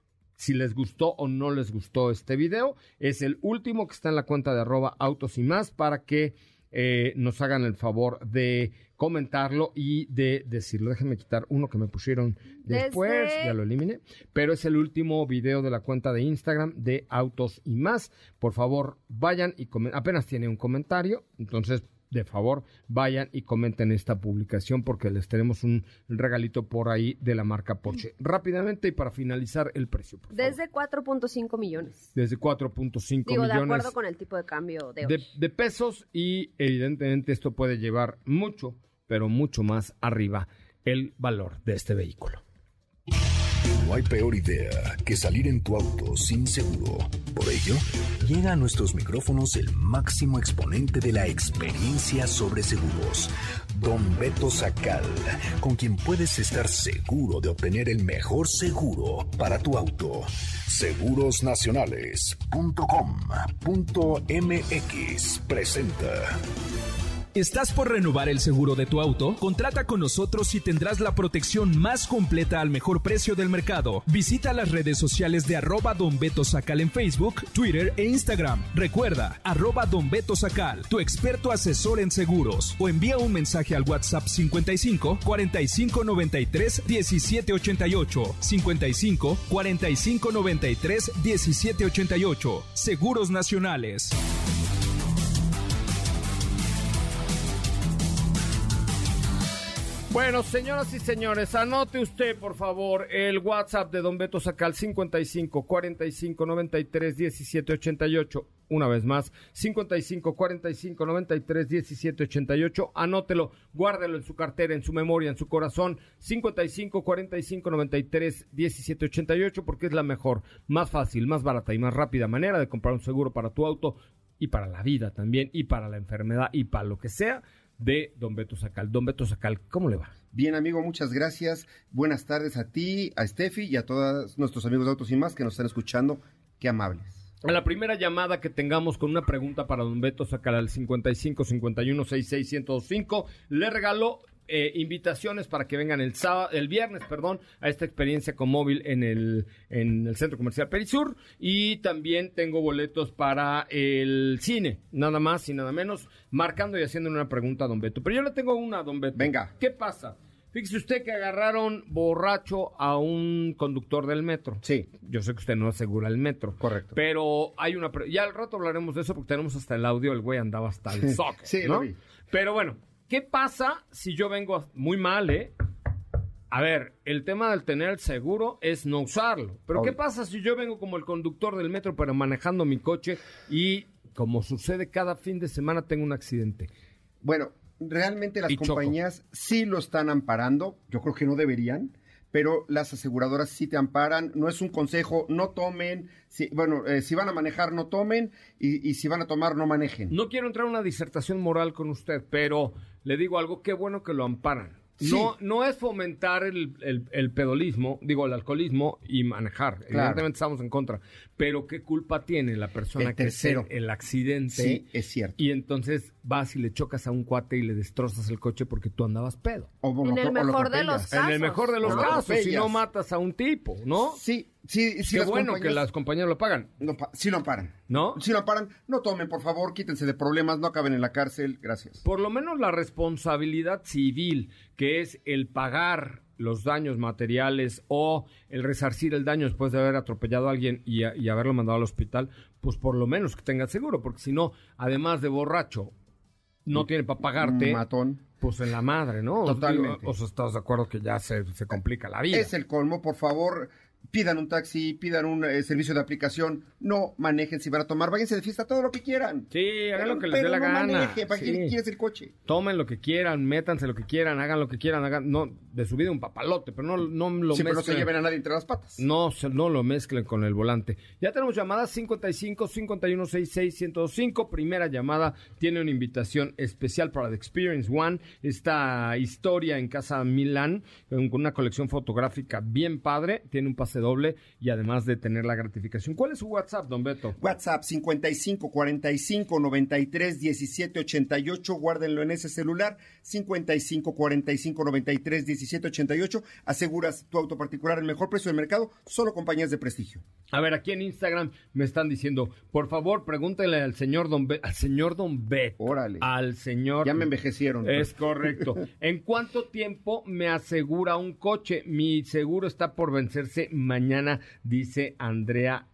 Speaker 4: si les gustó o no les gustó este video. Es el último que está en la cuenta de arroba autos y más para que eh, nos hagan el favor de comentarlo y de decirlo. Déjenme quitar uno que me pusieron después, Desde... ya lo eliminé, pero es el último video de la cuenta de Instagram de Autos y Más. Por favor, vayan y comenten. Apenas tiene un comentario, entonces de favor, vayan y comenten esta publicación porque les tenemos un regalito por ahí de la marca Porsche. Rápidamente y para finalizar el precio, por favor.
Speaker 6: Desde cuatro punto cinco millones.
Speaker 4: Desde cuatro punto cinco
Speaker 6: Digo,
Speaker 4: millones.
Speaker 6: de acuerdo con el tipo de cambio de hoy.
Speaker 4: De, de pesos y evidentemente esto puede llevar mucho, pero mucho más arriba el valor de este vehículo.
Speaker 2: No hay peor idea que salir en tu auto sin seguro. Por ello, llega a nuestros micrófonos el máximo exponente de la experiencia sobre seguros, Don Beto Sacal, con quien puedes estar seguro de obtener el mejor seguro para tu auto. seguros nacionales punto com punto m x presenta.
Speaker 10: ¿Estás por renovar el seguro de tu auto? Contrata con nosotros y tendrás la protección más completa al mejor precio del mercado. Visita las redes sociales de arroba Don Beto Sacal en Facebook, Twitter e Instagram. Recuerda, arroba Don Beto Sacal, tu experto asesor en seguros. O envía un mensaje al WhatsApp cincuenta y cinco, cuarenta y cinco, noventa y tres, diecisiete ochenta y ocho. cincuenta y cinco, cuarenta y cinco, noventa y tres, diecisiete ochenta y ocho. Seguros Nacionales.
Speaker 4: Bueno, señoras y señores, anote usted, por favor, el WhatsApp de Don Beto Sacal, cincuenta y cinco, cuarenta y cinco, noventa y tres, diecisiete ochenta y ocho. Una vez más, cincuenta y cinco, cuarenta y cinco, noventa y tres, diecisiete ochenta y ocho. Anótelo, guárdelo en su cartera, en su memoria, en su corazón. cincuenta y cinco, cuarenta y cinco, noventa y tres, diecisiete ochenta y ocho, porque es la mejor, más fácil, más barata y más rápida manera de comprar un seguro para tu auto y para la vida también, y para la enfermedad y para lo que sea, de Don Beto Sacal. Don Beto Sacal, ¿cómo le va?
Speaker 11: Bien, amigo, muchas gracias. Buenas tardes a ti, a Steffi y a todos nuestros amigos de Autos y Más que nos están escuchando. Qué amables.
Speaker 4: A la primera llamada que tengamos con una pregunta para Don Beto Sacal al cincuenta y cinco, cincuenta y uno, sesenta y seis, ciento cinco, le regalo eh, invitaciones para que vengan el sábado, el viernes, perdón, a esta experiencia con móvil en el, en el Centro Comercial Perisur. Y también tengo boletos para el cine, nada más y nada menos, marcando y haciendo una pregunta a Don Beto. Pero yo le tengo una a Don Beto.
Speaker 11: Venga.
Speaker 4: ¿Qué pasa? Fíjese usted que agarraron borracho a un conductor del metro.
Speaker 11: Sí.
Speaker 4: Yo sé que usted no asegura el metro.
Speaker 11: Correcto.
Speaker 4: Pero hay una... Pre- ya al rato hablaremos de eso porque tenemos hasta el audio. El güey andaba hasta el socket,
Speaker 11: sí,
Speaker 4: ¿no?
Speaker 11: lo vi.
Speaker 4: Pero bueno, ¿qué pasa si yo vengo muy mal, eh? A ver, el tema del tener el seguro es no usarlo. Pero Obvio. ¿Qué pasa si yo vengo como el conductor del metro pero manejando mi coche y, como sucede cada fin de semana, tengo un accidente?
Speaker 11: Bueno... Realmente las compañías sí lo están amparando, yo creo que no deberían, pero las aseguradoras sí te amparan. No es un consejo, no tomen, si, bueno, eh, si van a manejar no tomen y, y si van a tomar no manejen.
Speaker 4: No quiero entrar en una disertación moral con usted, pero le digo algo, qué bueno que lo amparan.
Speaker 11: Sí.
Speaker 4: No, no es fomentar el, el, el pedolismo, digo, el alcoholismo y manejar. Claro. Evidentemente estamos en contra. Pero ¿qué culpa tiene la persona
Speaker 11: el
Speaker 4: que
Speaker 11: tercero.
Speaker 4: hace el accidente?
Speaker 11: Sí, es cierto.
Speaker 4: Y entonces vas y le chocas a un cuate y le destrozas el coche porque tú andabas pedo.
Speaker 11: O, o,
Speaker 6: en el
Speaker 11: o,
Speaker 6: mejor
Speaker 11: o
Speaker 6: de los casos.
Speaker 4: En el mejor de los
Speaker 11: ¿no?
Speaker 4: casos, si no matas a un tipo, ¿no?
Speaker 11: Sí, sí, sí.
Speaker 4: Qué bueno que las compañías lo pagan.
Speaker 11: No, sí lo amparan.
Speaker 4: ¿No?
Speaker 11: Sí lo amparan. No tomen, por favor, quítense de problemas, no acaben en la cárcel. Gracias.
Speaker 4: Por lo menos la responsabilidad civil, que es el pagar los daños materiales o el resarcir el daño después de haber atropellado a alguien y, a, y haberlo mandado al hospital, pues por lo menos que tenga seguro, porque si no, además de borracho, no tiene para pagarte.
Speaker 11: Matón.
Speaker 4: Pues en la madre, ¿no?
Speaker 11: Totalmente.
Speaker 4: O, o sea, ¿estás de acuerdo que ya se, se complica la vida?
Speaker 11: Es el colmo, por favor. Pidan un taxi, pidan un eh, servicio de aplicación, no manejen si van a tomar, váyanse de fiesta todo lo que quieran.
Speaker 4: Sí, hagan
Speaker 11: pero,
Speaker 4: lo que les dé la
Speaker 11: no
Speaker 4: gana.
Speaker 11: Manejen, ¿para
Speaker 4: sí.
Speaker 11: qué quieres el coche?
Speaker 4: Tomen lo que quieran, métanse lo que quieran, hagan lo que quieran, hagan, no, de su vida un papalote, pero no, no lo
Speaker 11: sí,
Speaker 4: mezclen.
Speaker 11: pero no se lleven a nadie entre las patas.
Speaker 4: No, no lo mezclen con el volante. Ya tenemos llamadas cincuenta y cinco, cincuenta y uno, sesenta y seis, ciento cinco. Primera llamada tiene una invitación especial para The Experience One, esta historia en Casa Milán, con una colección fotográfica bien padre, tiene un pasaje pase doble y además de tener la gratificación. ¿Cuál es su WhatsApp, don Beto?
Speaker 11: WhatsApp cincuenta y cinco cuarenta y cinco noventa y tres diecisiete ochenta y ocho, guárdenlo en ese celular, cincuenta y cinco cuarenta y cinco noventa y tres diecisiete ochenta y ocho, aseguras tu auto particular el mejor precio del mercado, solo compañías de prestigio.
Speaker 4: A ver, aquí en Instagram me están diciendo, por favor, pregúntele al señor Don Beto, al señor Don Beto,
Speaker 11: órale,
Speaker 4: al señor...
Speaker 11: Ya me envejecieron.
Speaker 4: Es correcto. ¿En cuánto tiempo me asegura un coche? Mi seguro está por vencerse mañana, dice Andrea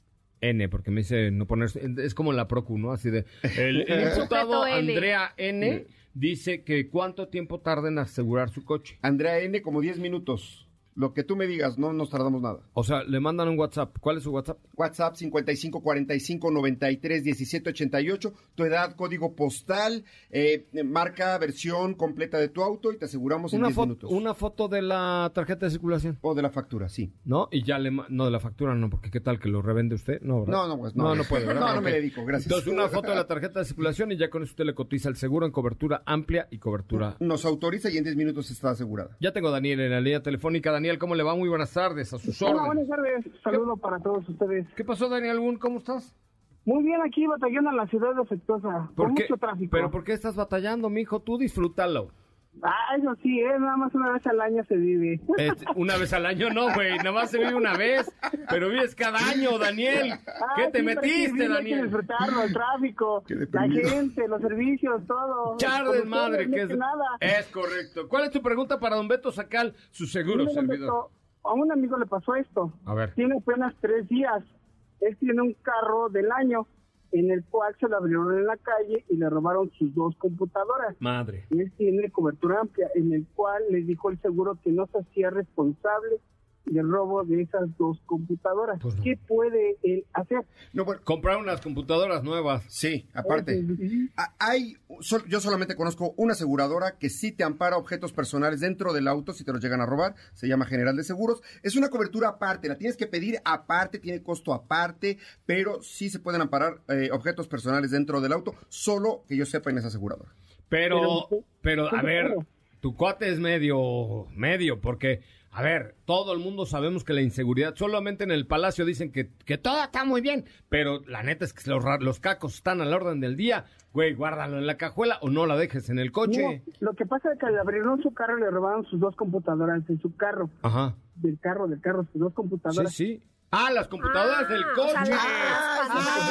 Speaker 4: N, porque me dice no ponerse, es como la Procu, ¿no? Así de, el, el imputado Andrea N dice que cuánto tiempo tarda en asegurar su coche.
Speaker 11: Andrea N, como diez minutos. Lo que tú me digas, no nos tardamos nada.
Speaker 4: O sea, le mandan un WhatsApp. ¿Cuál es su WhatsApp?
Speaker 11: WhatsApp cincuenta y cinco cuarenta y cinco noventa y tres diecisiete ochenta y ocho. Tu edad, código postal, eh, marca, versión completa de tu auto y te aseguramos en
Speaker 4: una
Speaker 11: diez
Speaker 4: foto,
Speaker 11: minutos.
Speaker 4: Una foto de la tarjeta de circulación.
Speaker 11: O de la factura, sí.
Speaker 4: ¿No? Y ya le... No, de la factura no, porque ¿qué tal que lo revende usted? No, ¿verdad?
Speaker 11: No, no, pues no.
Speaker 4: No, no puede, ¿verdad?
Speaker 11: No, no
Speaker 4: okay.
Speaker 11: me dedico, gracias.
Speaker 4: Entonces, una foto de la tarjeta de circulación y ya con eso usted le cotiza el seguro en cobertura amplia y cobertura...
Speaker 11: Nos autoriza y en diez minutos está asegurada.
Speaker 4: Ya tengo a Daniel en la línea telefónica. Daniel, ¿cómo le va? Muy buenas tardes, a sus órdenes.
Speaker 12: Hola, buenas tardes. Saludo para todos ustedes.
Speaker 4: ¿Qué pasó, Daniel? ¿Cómo estás?
Speaker 12: Muy bien, aquí batallando en la ciudad defectuosa. Con mucho tráfico.
Speaker 4: ¿Pero por qué estás batallando, mijo? Tú disfrútalo.
Speaker 12: Ah, eso sí, ¿eh? Nada más una vez al año se vive.
Speaker 4: Este, una vez al año no, güey. Nada más se vive una vez. Pero vives cada año, Daniel.
Speaker 12: Ah,
Speaker 4: ¿Qué te
Speaker 12: sí,
Speaker 4: metiste, Daniel?
Speaker 12: Hay que disfrutarlo, el tráfico, la gente, los servicios, todo.
Speaker 4: Charles, madre, que es...
Speaker 12: Nada.
Speaker 4: Es correcto. ¿Cuál es tu pregunta para don Beto Sacal, su seguro
Speaker 12: Mira,
Speaker 4: servidor?
Speaker 12: Beto, a un amigo le pasó esto.
Speaker 4: A ver.
Speaker 12: Tiene apenas tres días. Él tiene un carro del año en el cual se lo abrieron en la calle y le robaron sus dos computadoras.
Speaker 4: Madre.
Speaker 12: Y él tiene cobertura amplia, en el cual le dijo el seguro que no se hacía responsable del robo de esas dos computadoras. Pues no. ¿Qué puede él hacer?
Speaker 11: No, bueno,
Speaker 4: comprar unas computadoras nuevas.
Speaker 11: Sí, aparte. Hay, yo solamente conozco una aseguradora que sí te ampara objetos personales dentro del auto si te los llegan a robar. Se llama General de Seguros. Es una cobertura aparte, la tienes que pedir aparte, tiene costo aparte, pero sí se pueden amparar eh, objetos personales dentro del auto, solo que yo sepa en esa aseguradora.
Speaker 4: Pero, pero, pero a ver, tu cuate es medio, medio, porque... A ver, todo el mundo sabemos que la inseguridad, solamente en el Palacio dicen que, que todo está muy bien, pero la neta es que los, los cacos están a la orden del día. Güey, guárdalo en la cajuela o no la dejes en el coche.
Speaker 12: No, lo que pasa es que le abrieron su carro y le robaron sus dos computadoras en su carro.
Speaker 4: Ajá.
Speaker 12: Del carro, del carro, sus dos computadoras.
Speaker 4: Sí, sí. Ah, las computadoras ah, del coche. O sea, ah,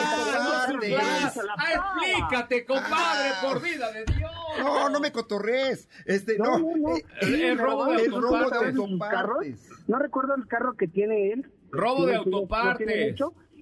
Speaker 4: ah, ah, ah, explícate, compadre, por vida de Dios.
Speaker 11: No, no me cotorres. Este, no, no, no.
Speaker 4: Eh, el, el, el robo de
Speaker 11: el
Speaker 4: autopartes.
Speaker 11: Robo de autopartes.
Speaker 12: No recuerdo el carro que tiene él.
Speaker 4: Robo de autopartes.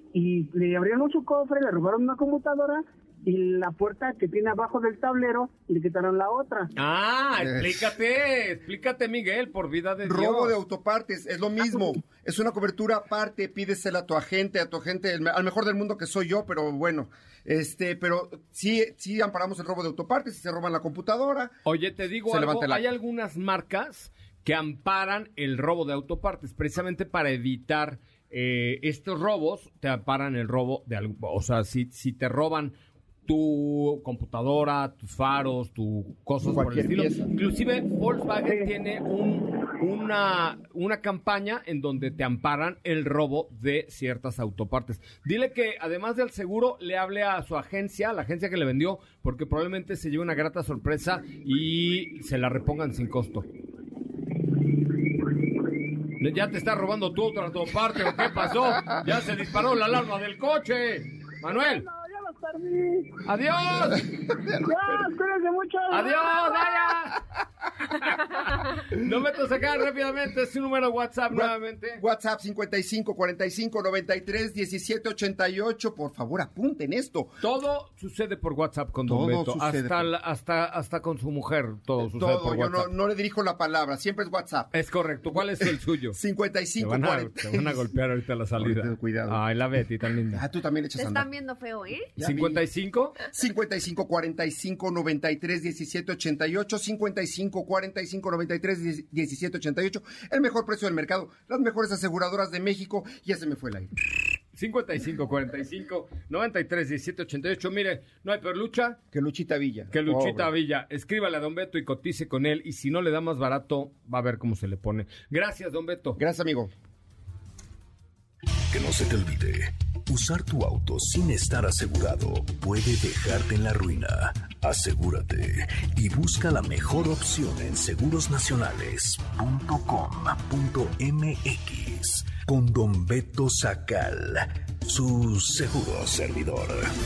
Speaker 12: Y le abrieron su cofre, le robaron una computadora y la puerta que tiene abajo del tablero y le quitaron la otra.
Speaker 4: Ah, explícate, explícate, Miguel, por vida de
Speaker 11: Robo
Speaker 4: Dios.
Speaker 11: Robo de autopartes, es lo mismo. Es una cobertura aparte, pídesela a tu agente, a tu agente, el, al mejor del mundo que soy yo, pero bueno, este, pero sí, sí amparamos el robo de autopartes, si se roban la computadora.
Speaker 4: Oye, te digo algo, hay algunas marcas que amparan el robo de autopartes, precisamente para evitar eh, estos robos, te amparan el robo de algo, o sea, si, si te roban tu computadora, tus faros, tu cosas por el estilo. Pieza. Inclusive Volkswagen tiene un, una, una campaña en donde te amparan el robo de ciertas autopartes. Dile que además del seguro le hable a su agencia, a la agencia que le vendió, porque probablemente se lleve una grata sorpresa y se la repongan sin costo. Ya te está robando tu otra autoparte, ¿o qué pasó? Ya se disparó la alarma del coche. Manuel. ¡Adiós!
Speaker 12: ¡Ya, espérense mucho!
Speaker 4: ¡Adiós, Daya! No meto a sacar rápidamente su número WhatsApp What, nuevamente.
Speaker 11: WhatsApp cincuenta y cinco cuarenta y cinco noventa y tres diecisiete ochenta y ocho. Por favor, apunten esto.
Speaker 4: Todo sucede por WhatsApp con Don Beto. Hasta, por... hasta, hasta con su mujer, todo sucede
Speaker 11: todo,
Speaker 4: por
Speaker 11: yo
Speaker 4: WhatsApp.
Speaker 11: No, no le dirijo la palabra, siempre es WhatsApp.
Speaker 4: Es correcto. ¿Cuál es el suyo?
Speaker 11: cincuenta y cinco
Speaker 4: te van, a,
Speaker 11: cuarenta.
Speaker 4: te van a golpear ahorita la salida.
Speaker 11: Ahorita, cuidado.
Speaker 4: Ay, la Betty tan linda.
Speaker 11: Ah, tú también echas
Speaker 6: Te
Speaker 11: andar.
Speaker 6: están viendo feo, ¿eh?
Speaker 4: ¿cincuenta y cinco?
Speaker 11: cincuenta y cinco cuarenta y cinco noventa y tres diecisiete ochenta y ocho, cincuenta y cinco cuarenta y cinco noventa y tres diecisiete ochenta y ocho, el mejor precio del mercado, las mejores aseguradoras de México, y ya se me fue el aire.
Speaker 4: cincuenta y cinco cuarenta y cinco noventa y tres diecisiete ochenta y ocho, mire, no hay peor lucha
Speaker 11: que Luchita Villa.
Speaker 4: Que Luchita Pobre. Villa, escríbale a Don Beto y cotice con él, y si no le da más barato, va a ver cómo se le pone. Gracias, Don Beto.
Speaker 11: Gracias, amigo.
Speaker 2: Que no se te olvide, usar tu auto sin estar asegurado puede dejarte en la ruina. Asegúrate y busca la mejor opción en seguros nacionales punto com punto m x con Don Beto Sacal, su seguro servidor.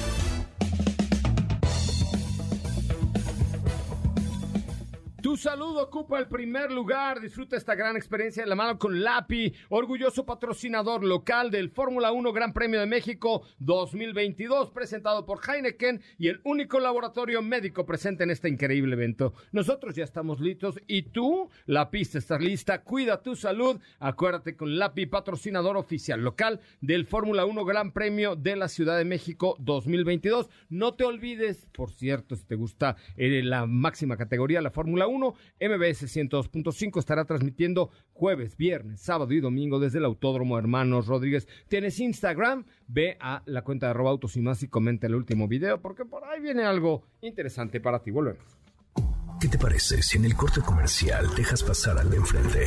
Speaker 4: Tu salud ocupa el primer lugar. Disfruta esta gran experiencia de la mano con Lapi, orgulloso patrocinador local del Fórmula uno Gran Premio de México dos mil veintidós, presentado por Heineken y el único laboratorio médico presente en este increíble evento. Nosotros ya estamos listos y tú, la pista está lista. Cuida tu salud. Acuérdate con Lapi, patrocinador oficial local del Fórmula uno Gran Premio de la Ciudad de México dos mil veintidós. No te olvides, por cierto, si te gusta eh, la máxima categoría, la Fórmula uno, M B S ciento dos punto cinco estará transmitiendo jueves, viernes, sábado y domingo desde el Autódromo Hermanos Rodríguez. ¿Tienes Instagram? Ve a la cuenta de arroba autos y más y comenta el último video, porque por ahí viene algo interesante para ti. Volvemos.
Speaker 2: ¿Qué te parece si en el corte comercial dejas pasar al de enfrente?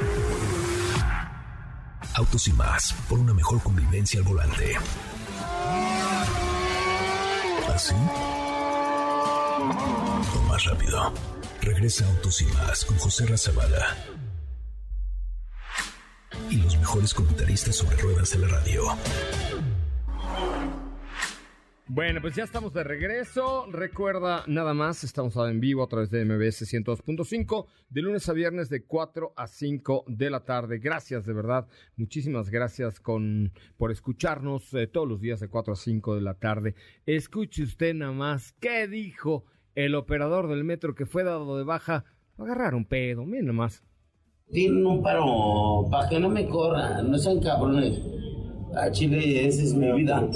Speaker 2: Autos y más, por una mejor convivencia al volante. ¿Así? O más rápido. Regresa Autos y Más con José Razabala y los mejores comentaristas sobre ruedas de la radio.
Speaker 4: Bueno, pues ya estamos de regreso. Recuerda, nada más, estamos en vivo a través de M B S ciento dos punto cinco, de lunes a viernes de cuatro a cinco de la tarde. Gracias, de verdad. Muchísimas gracias con, por escucharnos eh, todos los días de cuatro a cinco de la tarde. Escuche usted nada más qué dijo el operador del metro que fue dado de baja. Agarraron pedo, miren nomás.
Speaker 13: Tienen un paro para que no me corran, no sean cabrones. A Chile esa es mi vida.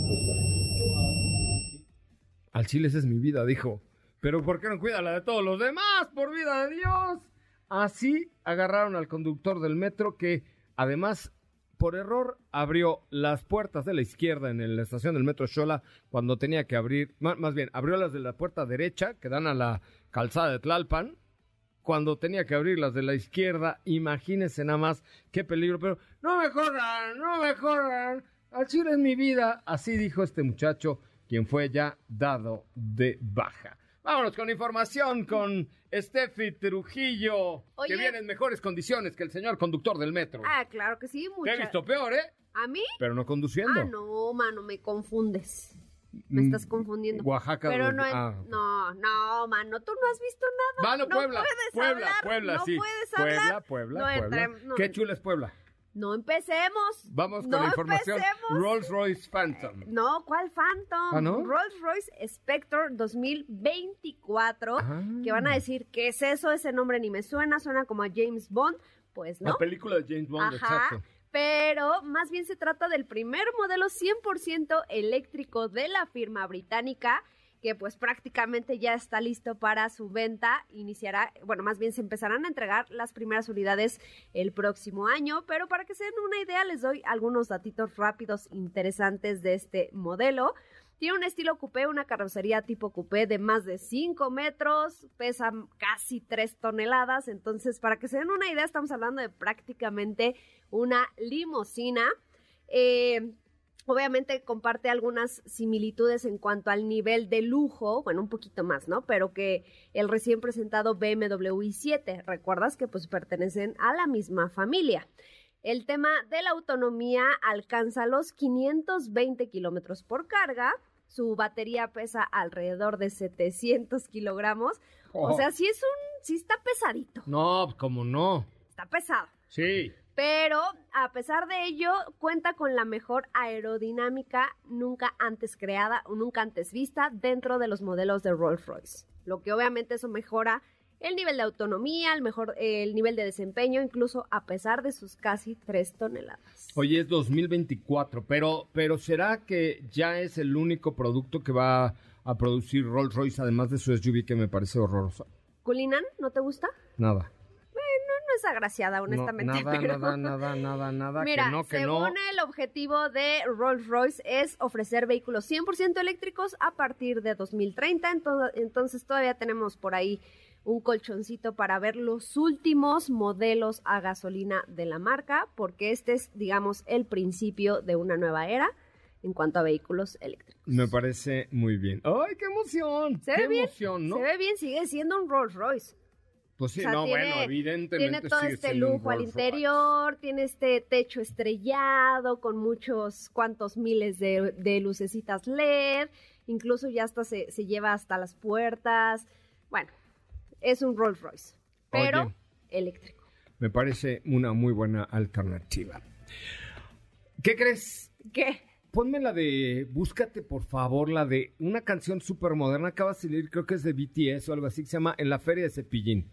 Speaker 4: Al Chile esa es mi vida, dijo. Pero ¿por qué no cuida la de todos los demás? ¡Por vida de Dios! Así agarraron al conductor del metro que, además, por error, abrió las puertas de la izquierda en la estación del metro Xola cuando tenía que abrir, más, más bien, abrió las de la puerta derecha que dan a la calzada de Tlalpan cuando tenía que abrir las de la izquierda. Imagínense nada más qué peligro, pero no me corran, no me corran, al Chile es mi vida. Así dijo este muchacho, quien fue ya dado de baja. Vámonos con información con Steffi Trujillo, Oye, que viene en mejores condiciones que el señor conductor del metro.
Speaker 6: Ah, claro que sí, mucha...
Speaker 4: Te he visto peor, ¿eh?
Speaker 6: ¿A mí?
Speaker 4: Pero no conduciendo.
Speaker 6: Ah, no, mano, me confundes. Me estás confundiendo.
Speaker 4: Oaxaca.
Speaker 6: Pero no,
Speaker 4: ah.
Speaker 6: no, no, mano, tú no has visto nada.
Speaker 4: Mano,
Speaker 6: no
Speaker 4: Puebla,
Speaker 6: puedes
Speaker 4: Puebla,
Speaker 6: hablar,
Speaker 4: Puebla,
Speaker 6: no
Speaker 4: sí.
Speaker 6: puedes hablar.
Speaker 4: Puebla, Puebla,
Speaker 6: no
Speaker 4: Puebla.
Speaker 6: Entre, no,
Speaker 4: Qué chula es Puebla.
Speaker 6: No empecemos.
Speaker 4: Vamos con
Speaker 6: no
Speaker 4: la información.
Speaker 6: Empecemos.
Speaker 4: Rolls Royce Phantom.
Speaker 6: Eh, no, ¿cuál Phantom?
Speaker 4: ¿Ah, no?
Speaker 6: Rolls Royce Spectre dos mil veinticuatro. Ah. Que van a decir, ¿qué es eso? Ese nombre ni me suena, suena como a James Bond. Pues no.
Speaker 4: La película de James Bond,
Speaker 6: Ajá.
Speaker 4: exacto.
Speaker 6: Pero más bien se trata del primer modelo cien por ciento eléctrico de la firma británica, que pues prácticamente ya está listo para su venta. Iniciará, bueno, más bien se empezarán a entregar las primeras unidades el próximo año, pero para que se den una idea les doy algunos datitos rápidos interesantes de este modelo. Tiene un estilo coupé, una carrocería tipo coupé de más de cinco metros, pesa casi tres toneladas, entonces para que se den una idea estamos hablando de prácticamente una limusina. Eh... Obviamente comparte algunas similitudes en cuanto al nivel de lujo, bueno, un poquito más, ¿no? Pero que el recién presentado B M W i siete, ¿recuerdas que pues pertenecen a la misma familia? El tema de la autonomía alcanza los quinientos veinte kilómetros por carga, su batería pesa alrededor de setecientos kilogramos, oh. O sea, sí es un, sí está pesadito.
Speaker 4: No, ¿cómo no?
Speaker 6: Está pesado.
Speaker 4: Sí.
Speaker 6: Pero, a pesar de ello, cuenta con la mejor aerodinámica nunca antes creada o nunca antes vista dentro de los modelos de Rolls-Royce. Lo que obviamente eso mejora el nivel de autonomía, el, mejor, el nivel de desempeño, incluso a pesar de sus casi tres toneladas.
Speaker 4: Oye, es dos mil veinticuatro, pero, pero ¿será que ya es el único producto que va a producir Rolls-Royce, además de su S U V que me parece horroroso?
Speaker 6: ¿Cullinan? ¿No te gusta?
Speaker 4: Nada.
Speaker 6: Es agraciada, honestamente.
Speaker 4: No, nada,
Speaker 6: pero...
Speaker 4: nada, nada, nada, nada,
Speaker 6: Mira,
Speaker 4: que no, que
Speaker 6: según
Speaker 4: no.
Speaker 6: el objetivo de Rolls-Royce es ofrecer vehículos cien por ciento eléctricos a partir de dos mil treinta, entonces, entonces todavía tenemos por ahí un colchoncito para ver los últimos modelos a gasolina de la marca, porque este es, digamos, el principio de una nueva era en cuanto a vehículos eléctricos.
Speaker 4: Me parece muy bien. ¡Ay, qué emoción!
Speaker 6: Se
Speaker 4: qué
Speaker 6: ve bien,
Speaker 4: emoción, ¿no?
Speaker 6: se ve bien, sigue siendo un Rolls Royce.
Speaker 4: Pues sí,
Speaker 6: O sea,
Speaker 4: no,
Speaker 6: tiene-
Speaker 4: bueno, evidentemente
Speaker 6: Tiene todo
Speaker 4: sigue
Speaker 6: este
Speaker 4: siendo un
Speaker 6: lujo al
Speaker 4: Rolls Royce.
Speaker 6: interior, tiene este techo estrellado con muchos cuantos miles de, de lucecitas L E D, incluso ya hasta se, se lleva hasta las puertas. Bueno, es un Rolls Royce, pero
Speaker 4: Oye.
Speaker 6: eléctrico.
Speaker 4: Me parece una muy buena alternativa. ¿Qué crees?
Speaker 6: ¿Qué?
Speaker 4: Ponme la de, búscate por favor, la de una canción súper moderna, acaba de salir, creo que es de B T S o algo así, que se llama En la Feria de Cepillín.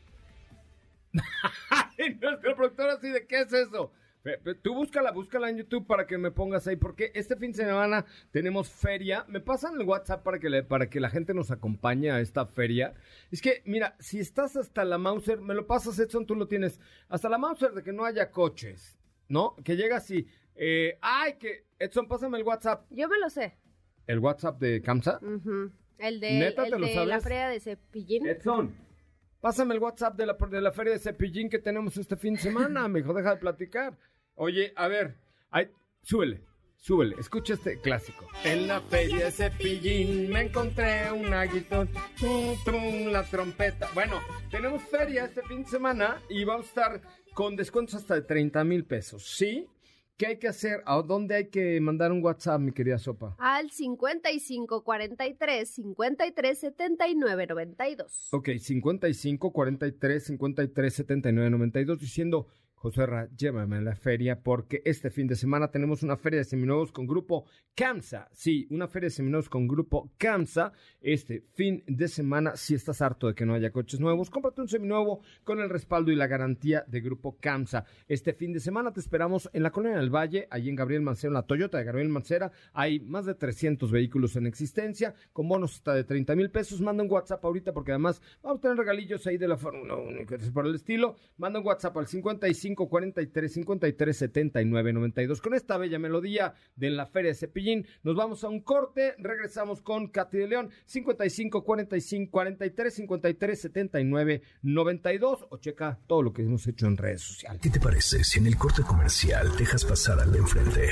Speaker 4: Nuestro productor así de, ¿qué es eso? Pe- pe- Tú búscala, búscala en YouTube para que me pongas ahí, porque este fin de semana tenemos feria. Me pasan el WhatsApp para que, le, para que la gente nos acompañe a esta feria. Es que, mira, si estás hasta la Mauser, me lo pasas, Edson, tú lo tienes, hasta la Mauser de que no haya coches, ¿no? Que llega así, eh, ay, que, Edson, pásame el WhatsApp.
Speaker 6: Yo me lo sé.
Speaker 4: ¿El WhatsApp de Kamsa?
Speaker 6: Ujú. El de,
Speaker 4: ¿Neta
Speaker 6: el
Speaker 4: te lo
Speaker 6: de
Speaker 4: sabes?
Speaker 6: la feria de Cepillín.
Speaker 4: Edson, pásame el WhatsApp de la, de la feria de Cepillín que tenemos este fin de semana, mijo, deja de platicar. Oye, a ver, ay, súbele, súbele, escucha este clásico. En la feria de Cepillín me encontré una guitarra, tum, tum, la trompeta. Bueno, tenemos feria este fin de semana y vamos a estar con descuentos hasta de treinta mil pesos, ¿sí? ¿Qué hay que hacer? ¿A dónde hay que mandar un WhatsApp, mi querida Sopa?
Speaker 6: Al cincuenta y cinco cuarenta y tres cincuenta y tres setenta y nueve noventa y dos.
Speaker 4: Ok, cincuenta y cinco, cuarenta y tres, cincuenta y tres, setenta y nueve, noventa y dos, diciendo, José Ra, llévame a la feria porque este fin de semana tenemos una feria de seminuevos con Grupo Kamsa. Sí, una feria de seminuevos con Grupo Kamsa. Este fin de semana, si estás harto de que no haya coches nuevos, cómprate un seminuevo con el respaldo y la garantía de Grupo Kamsa. Este fin de semana te esperamos en la Colonia del Valle, allí en Gabriel Mancera, en la Toyota de Gabriel Mancera. Hay más de trescientos vehículos en existencia, con bonos hasta de treinta mil pesos. Manda un WhatsApp ahorita porque además vamos a tener regalillos ahí de la Fórmula uno, que es por el estilo. Manda un WhatsApp al cincuenta y cinco cuarenta y tres, cincuenta y tres, setenta y nueve, noventa y dos. Con esta bella melodía de la Feria de Cepillín, nos vamos a un corte. Regresamos con Katy de León, cincuenta y cinco cuarenta y cinco, cuarenta y tres, cincuenta y tres, setenta y nueve, noventa y dos. O checa todo lo que hemos hecho en redes sociales.
Speaker 2: ¿Qué te parece si en el corte comercial dejas pasar al de enfrente?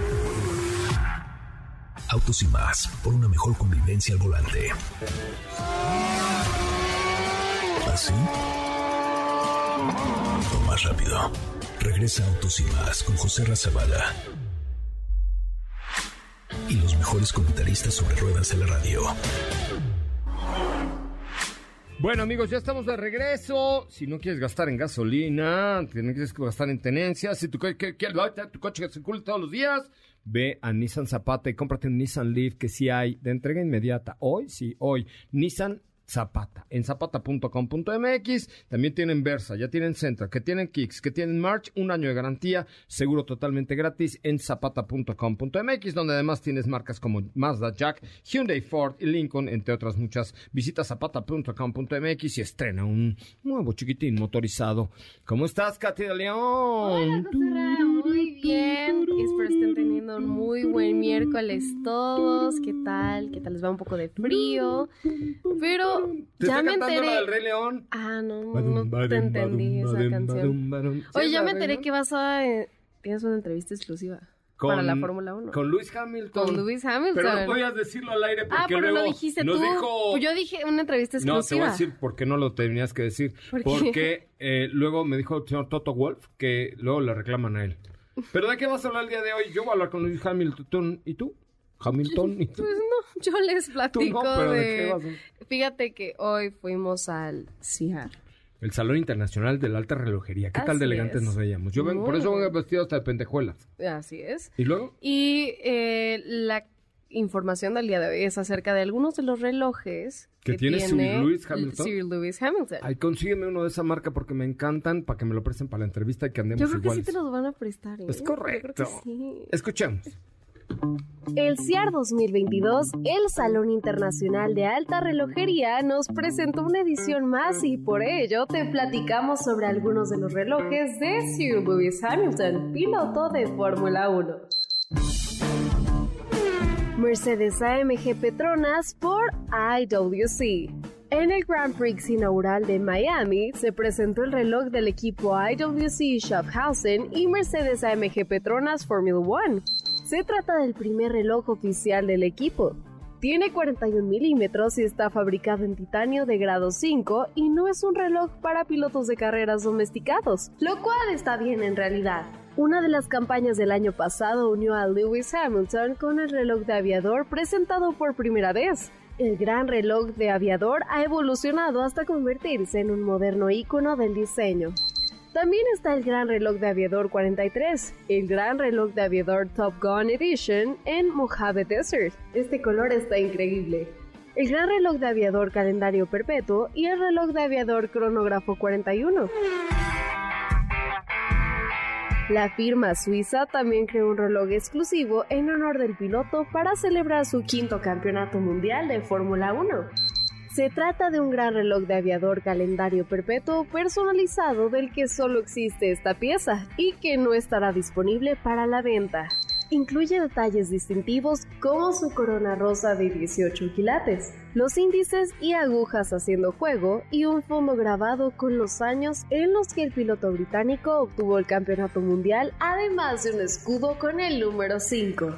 Speaker 2: Autos y más, por una mejor convivencia al volante. ¿Así? O más rápido. Regresa Autos y más con José Razabala y los mejores comentaristas sobre ruedas en la radio.
Speaker 4: Bueno, amigos, ya estamos de regreso. Si no quieres gastar en gasolina, tienes que gastar en tenencia. Si tu, co- que, que, tu coche circula todos los días, ve a Nissan Zapata y cómprate un Nissan Leaf que sí hay de entrega inmediata. Hoy, sí, hoy. Nissan Zapata, en zapata punto com punto m x. También tienen Versa, ya tienen Sentra, que tienen Kicks, que tienen March, un año de garantía, seguro totalmente gratis en zapata punto com punto m x, donde además tienes marcas como Mazda, Jack, Hyundai, Ford y Lincoln, entre otras muchas. Visita zapata punto com punto m x y estrena un nuevo chiquitín motorizado. ¿Cómo estás, Katy de León?
Speaker 8: Hola, José Ra, muy bien. Espero estén teniendo un muy buen miércoles todos. ¿Qué tal? ¿Qué tal? Les va un poco de frío. Pero
Speaker 4: ¿Te
Speaker 8: ya
Speaker 4: está
Speaker 8: me
Speaker 4: cantando
Speaker 8: enteré.
Speaker 4: la del Rey León?
Speaker 8: Ah, no, no,
Speaker 4: Badum,
Speaker 8: no
Speaker 4: badum,
Speaker 8: te entendí
Speaker 4: badum,
Speaker 8: esa
Speaker 4: badum,
Speaker 8: canción.
Speaker 4: badum, badum. ¿Sí
Speaker 8: Oye,
Speaker 4: es
Speaker 8: ya
Speaker 4: la
Speaker 8: me
Speaker 4: del Rey
Speaker 8: enteré
Speaker 4: León?
Speaker 8: que vas a... eh, tienes una entrevista exclusiva para la Fórmula uno.
Speaker 4: Con Lewis Hamilton.
Speaker 8: Con Lewis Hamilton.
Speaker 4: Pero no podías decirlo al aire porque
Speaker 8: Ah, pero
Speaker 4: luego
Speaker 8: lo dijiste
Speaker 4: nos
Speaker 8: tú.
Speaker 4: dijo...
Speaker 8: Pues yo dije una entrevista exclusiva.
Speaker 4: No, te voy a decir por qué no lo tenías que decir.
Speaker 8: ¿Por qué?
Speaker 4: Porque eh, luego me dijo el señor Toto Wolff que luego le reclaman a él. ¿Pero de qué vas a hablar el día de hoy? Yo voy a hablar con Lewis Hamilton. ¿Y tú? Hamilton. ¿Y tú?
Speaker 8: Pues no, yo les platico
Speaker 4: Tú no, pero ¿de
Speaker 8: de...
Speaker 4: qué vas a-
Speaker 8: Fíjate que hoy fuimos al C I A R.
Speaker 4: El Salón Internacional de la Alta Relojería. ¿Qué tal de
Speaker 8: Así
Speaker 4: elegantes
Speaker 8: es.
Speaker 4: nos veíamos? Yo vengo,
Speaker 8: Muy
Speaker 4: por eso
Speaker 8: bien.
Speaker 4: vengo vestido hasta de pendejuelas.
Speaker 8: Así es.
Speaker 4: ¿Y luego?
Speaker 8: Y eh, la información del día de hoy es acerca de algunos de los relojes
Speaker 4: ¿Que
Speaker 8: que
Speaker 4: tiene Sir Lewis Hamilton?
Speaker 8: Sir Lewis Hamilton.
Speaker 4: Ay, consígueme uno de esa marca porque me encantan para que me lo presten para la entrevista y que andemos
Speaker 8: Yo creo que
Speaker 4: iguales.
Speaker 8: sí te los van a prestar. ¿eh?
Speaker 4: Es
Speaker 8: Yo creo
Speaker 4: correcto.
Speaker 8: que sí.
Speaker 4: Escuchemos.
Speaker 8: El C I A R dos mil veintidós, el Salón Internacional de Alta Relojería, nos presentó una edición más y por ello te platicamos sobre algunos de los relojes de Sir Lewis Hamilton, piloto de Fórmula uno. Mercedes A M G Petronas por I W C. En el Grand Prix inaugural de Miami se presentó el reloj del equipo I W C Schaffhausen y Mercedes A M G Petronas Formula One. Se trata del primer reloj oficial del equipo. Tiene cuarenta y un milímetros y está fabricado en titanio de grado cinco y no es un reloj para pilotos de carreras domesticados, lo cual está bien en realidad. Una de las campañas del año pasado unió a Lewis Hamilton con el reloj de aviador presentado por primera vez. El gran reloj de aviador ha evolucionado hasta convertirse en un moderno ícono del diseño. También está el gran reloj de aviador cuarenta y tres, el gran reloj de aviador Top Gun Edition en Mojave Desert. Este color está increíble. El gran reloj de aviador calendario perpetuo y el reloj de aviador cronógrafo cuarenta y uno. La firma suiza también creó un reloj exclusivo en honor del piloto para celebrar su quinto campeonato mundial de Fórmula uno. Se trata de un gran reloj de aviador calendario perpetuo personalizado del que solo existe esta pieza y que no estará disponible para la venta. Incluye detalles distintivos como su corona rosa de dieciocho quilates, los índices y agujas haciendo juego y un fondo grabado con los años en los que el piloto británico obtuvo el campeonato mundial, además de un escudo con el número cinco.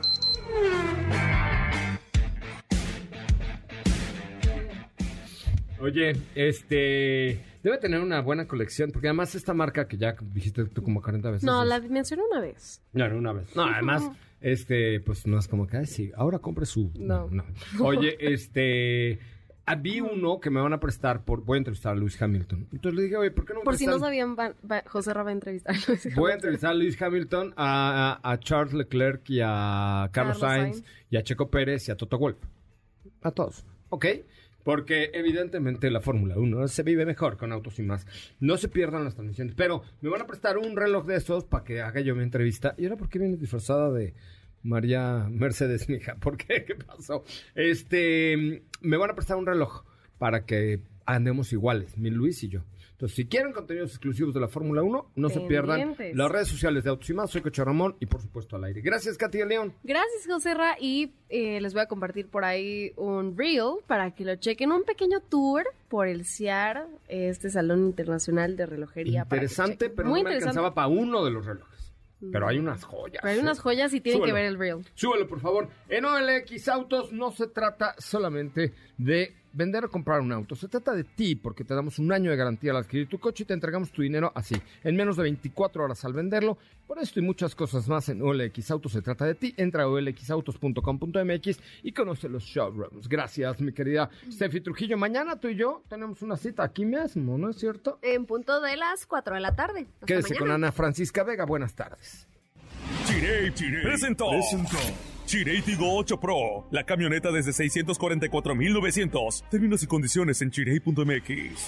Speaker 4: Oye, este... debe tener una buena colección, porque además esta marca que ya dijiste tú como cuarenta veces...
Speaker 8: No,
Speaker 4: es...
Speaker 8: la mencioné una vez.
Speaker 4: No, no, una vez. No, además, este, pues no es como que, ay, sí, ahora compre su...
Speaker 8: No.
Speaker 4: no, no. Oye, este... vi uno que me van a prestar por... Voy a entrevistar a Lewis Hamilton. Entonces le dije, oye, ¿por qué no me
Speaker 8: Por
Speaker 4: prestan?
Speaker 8: si no sabían, va, va, José Ra va a entrevistar a Lewis Hamilton.
Speaker 4: Voy a entrevistar a Lewis Hamilton, a, a, a Charles Leclerc y a Carlos, Carlos Sainz, Sainz y a Checo Pérez y a Toto Wolff. A todos, ¿ok? Porque evidentemente la Fórmula uno se vive mejor con autos y más. No se pierdan las transmisiones. Pero me van a prestar un reloj de esos para que haga yo mi entrevista. ¿Y ahora por qué vienes disfrazada de María Mercedes, mija? ¿Por qué? ¿Qué pasó? Este, me van a prestar un reloj para que andemos iguales, mi Luis y yo. Entonces, si quieren contenidos exclusivos de la Fórmula uno, no se pierdan las redes sociales de Autos y Más. Soy Coche Ramón y, por supuesto, al aire. Gracias, Katy de León.
Speaker 8: Gracias, José Ra. Y eh, les voy a compartir por ahí un reel para que lo chequen. Un pequeño tour por el C I A R, este Salón Internacional de Relojería.
Speaker 4: Interesante, pero
Speaker 8: Muy
Speaker 4: no me alcanzaba para uno de los relojes. Pero hay unas joyas.
Speaker 8: Pero hay unas joyas y tienen
Speaker 4: Súbelo.
Speaker 8: que ver el reel.
Speaker 4: Súbelo, por favor. En O L X Autos no se trata solamente de vender o comprar un auto. Se trata de ti, porque te damos un año de garantía al adquirir tu coche y te entregamos tu dinero así, en menos de veinticuatro horas al venderlo. Por esto y muchas cosas más en O L X Autos se trata de ti. Entra a o l x autos punto com punto m x y conoce los showrooms. Gracias, mi querida Steffi Trujillo. Mañana tú y yo tenemos una cita aquí mismo, ¿no es cierto?
Speaker 6: En punto de las cuatro de la tarde. Hasta
Speaker 4: Quédese
Speaker 6: mañana.
Speaker 4: con Ana Francisca Vega. Buenas tardes.
Speaker 3: Chirey, Chirey presentó, presentó Chirey Tigo ocho Pro, la camioneta desde seiscientos cuarenta y cuatro mil novecientos. Términos y condiciones en chirey punto m x.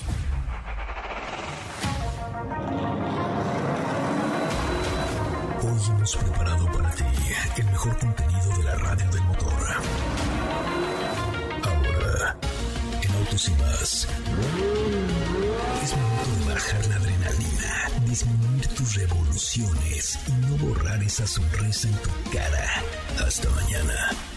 Speaker 2: Hoy hemos preparado para ti el mejor contenido de la radio del motor. Ahora, en Autos y Más, es momento de bajar la adrenalina, disminuir tus revoluciones y no borrar esa sonrisa en tu cara. Hasta mañana.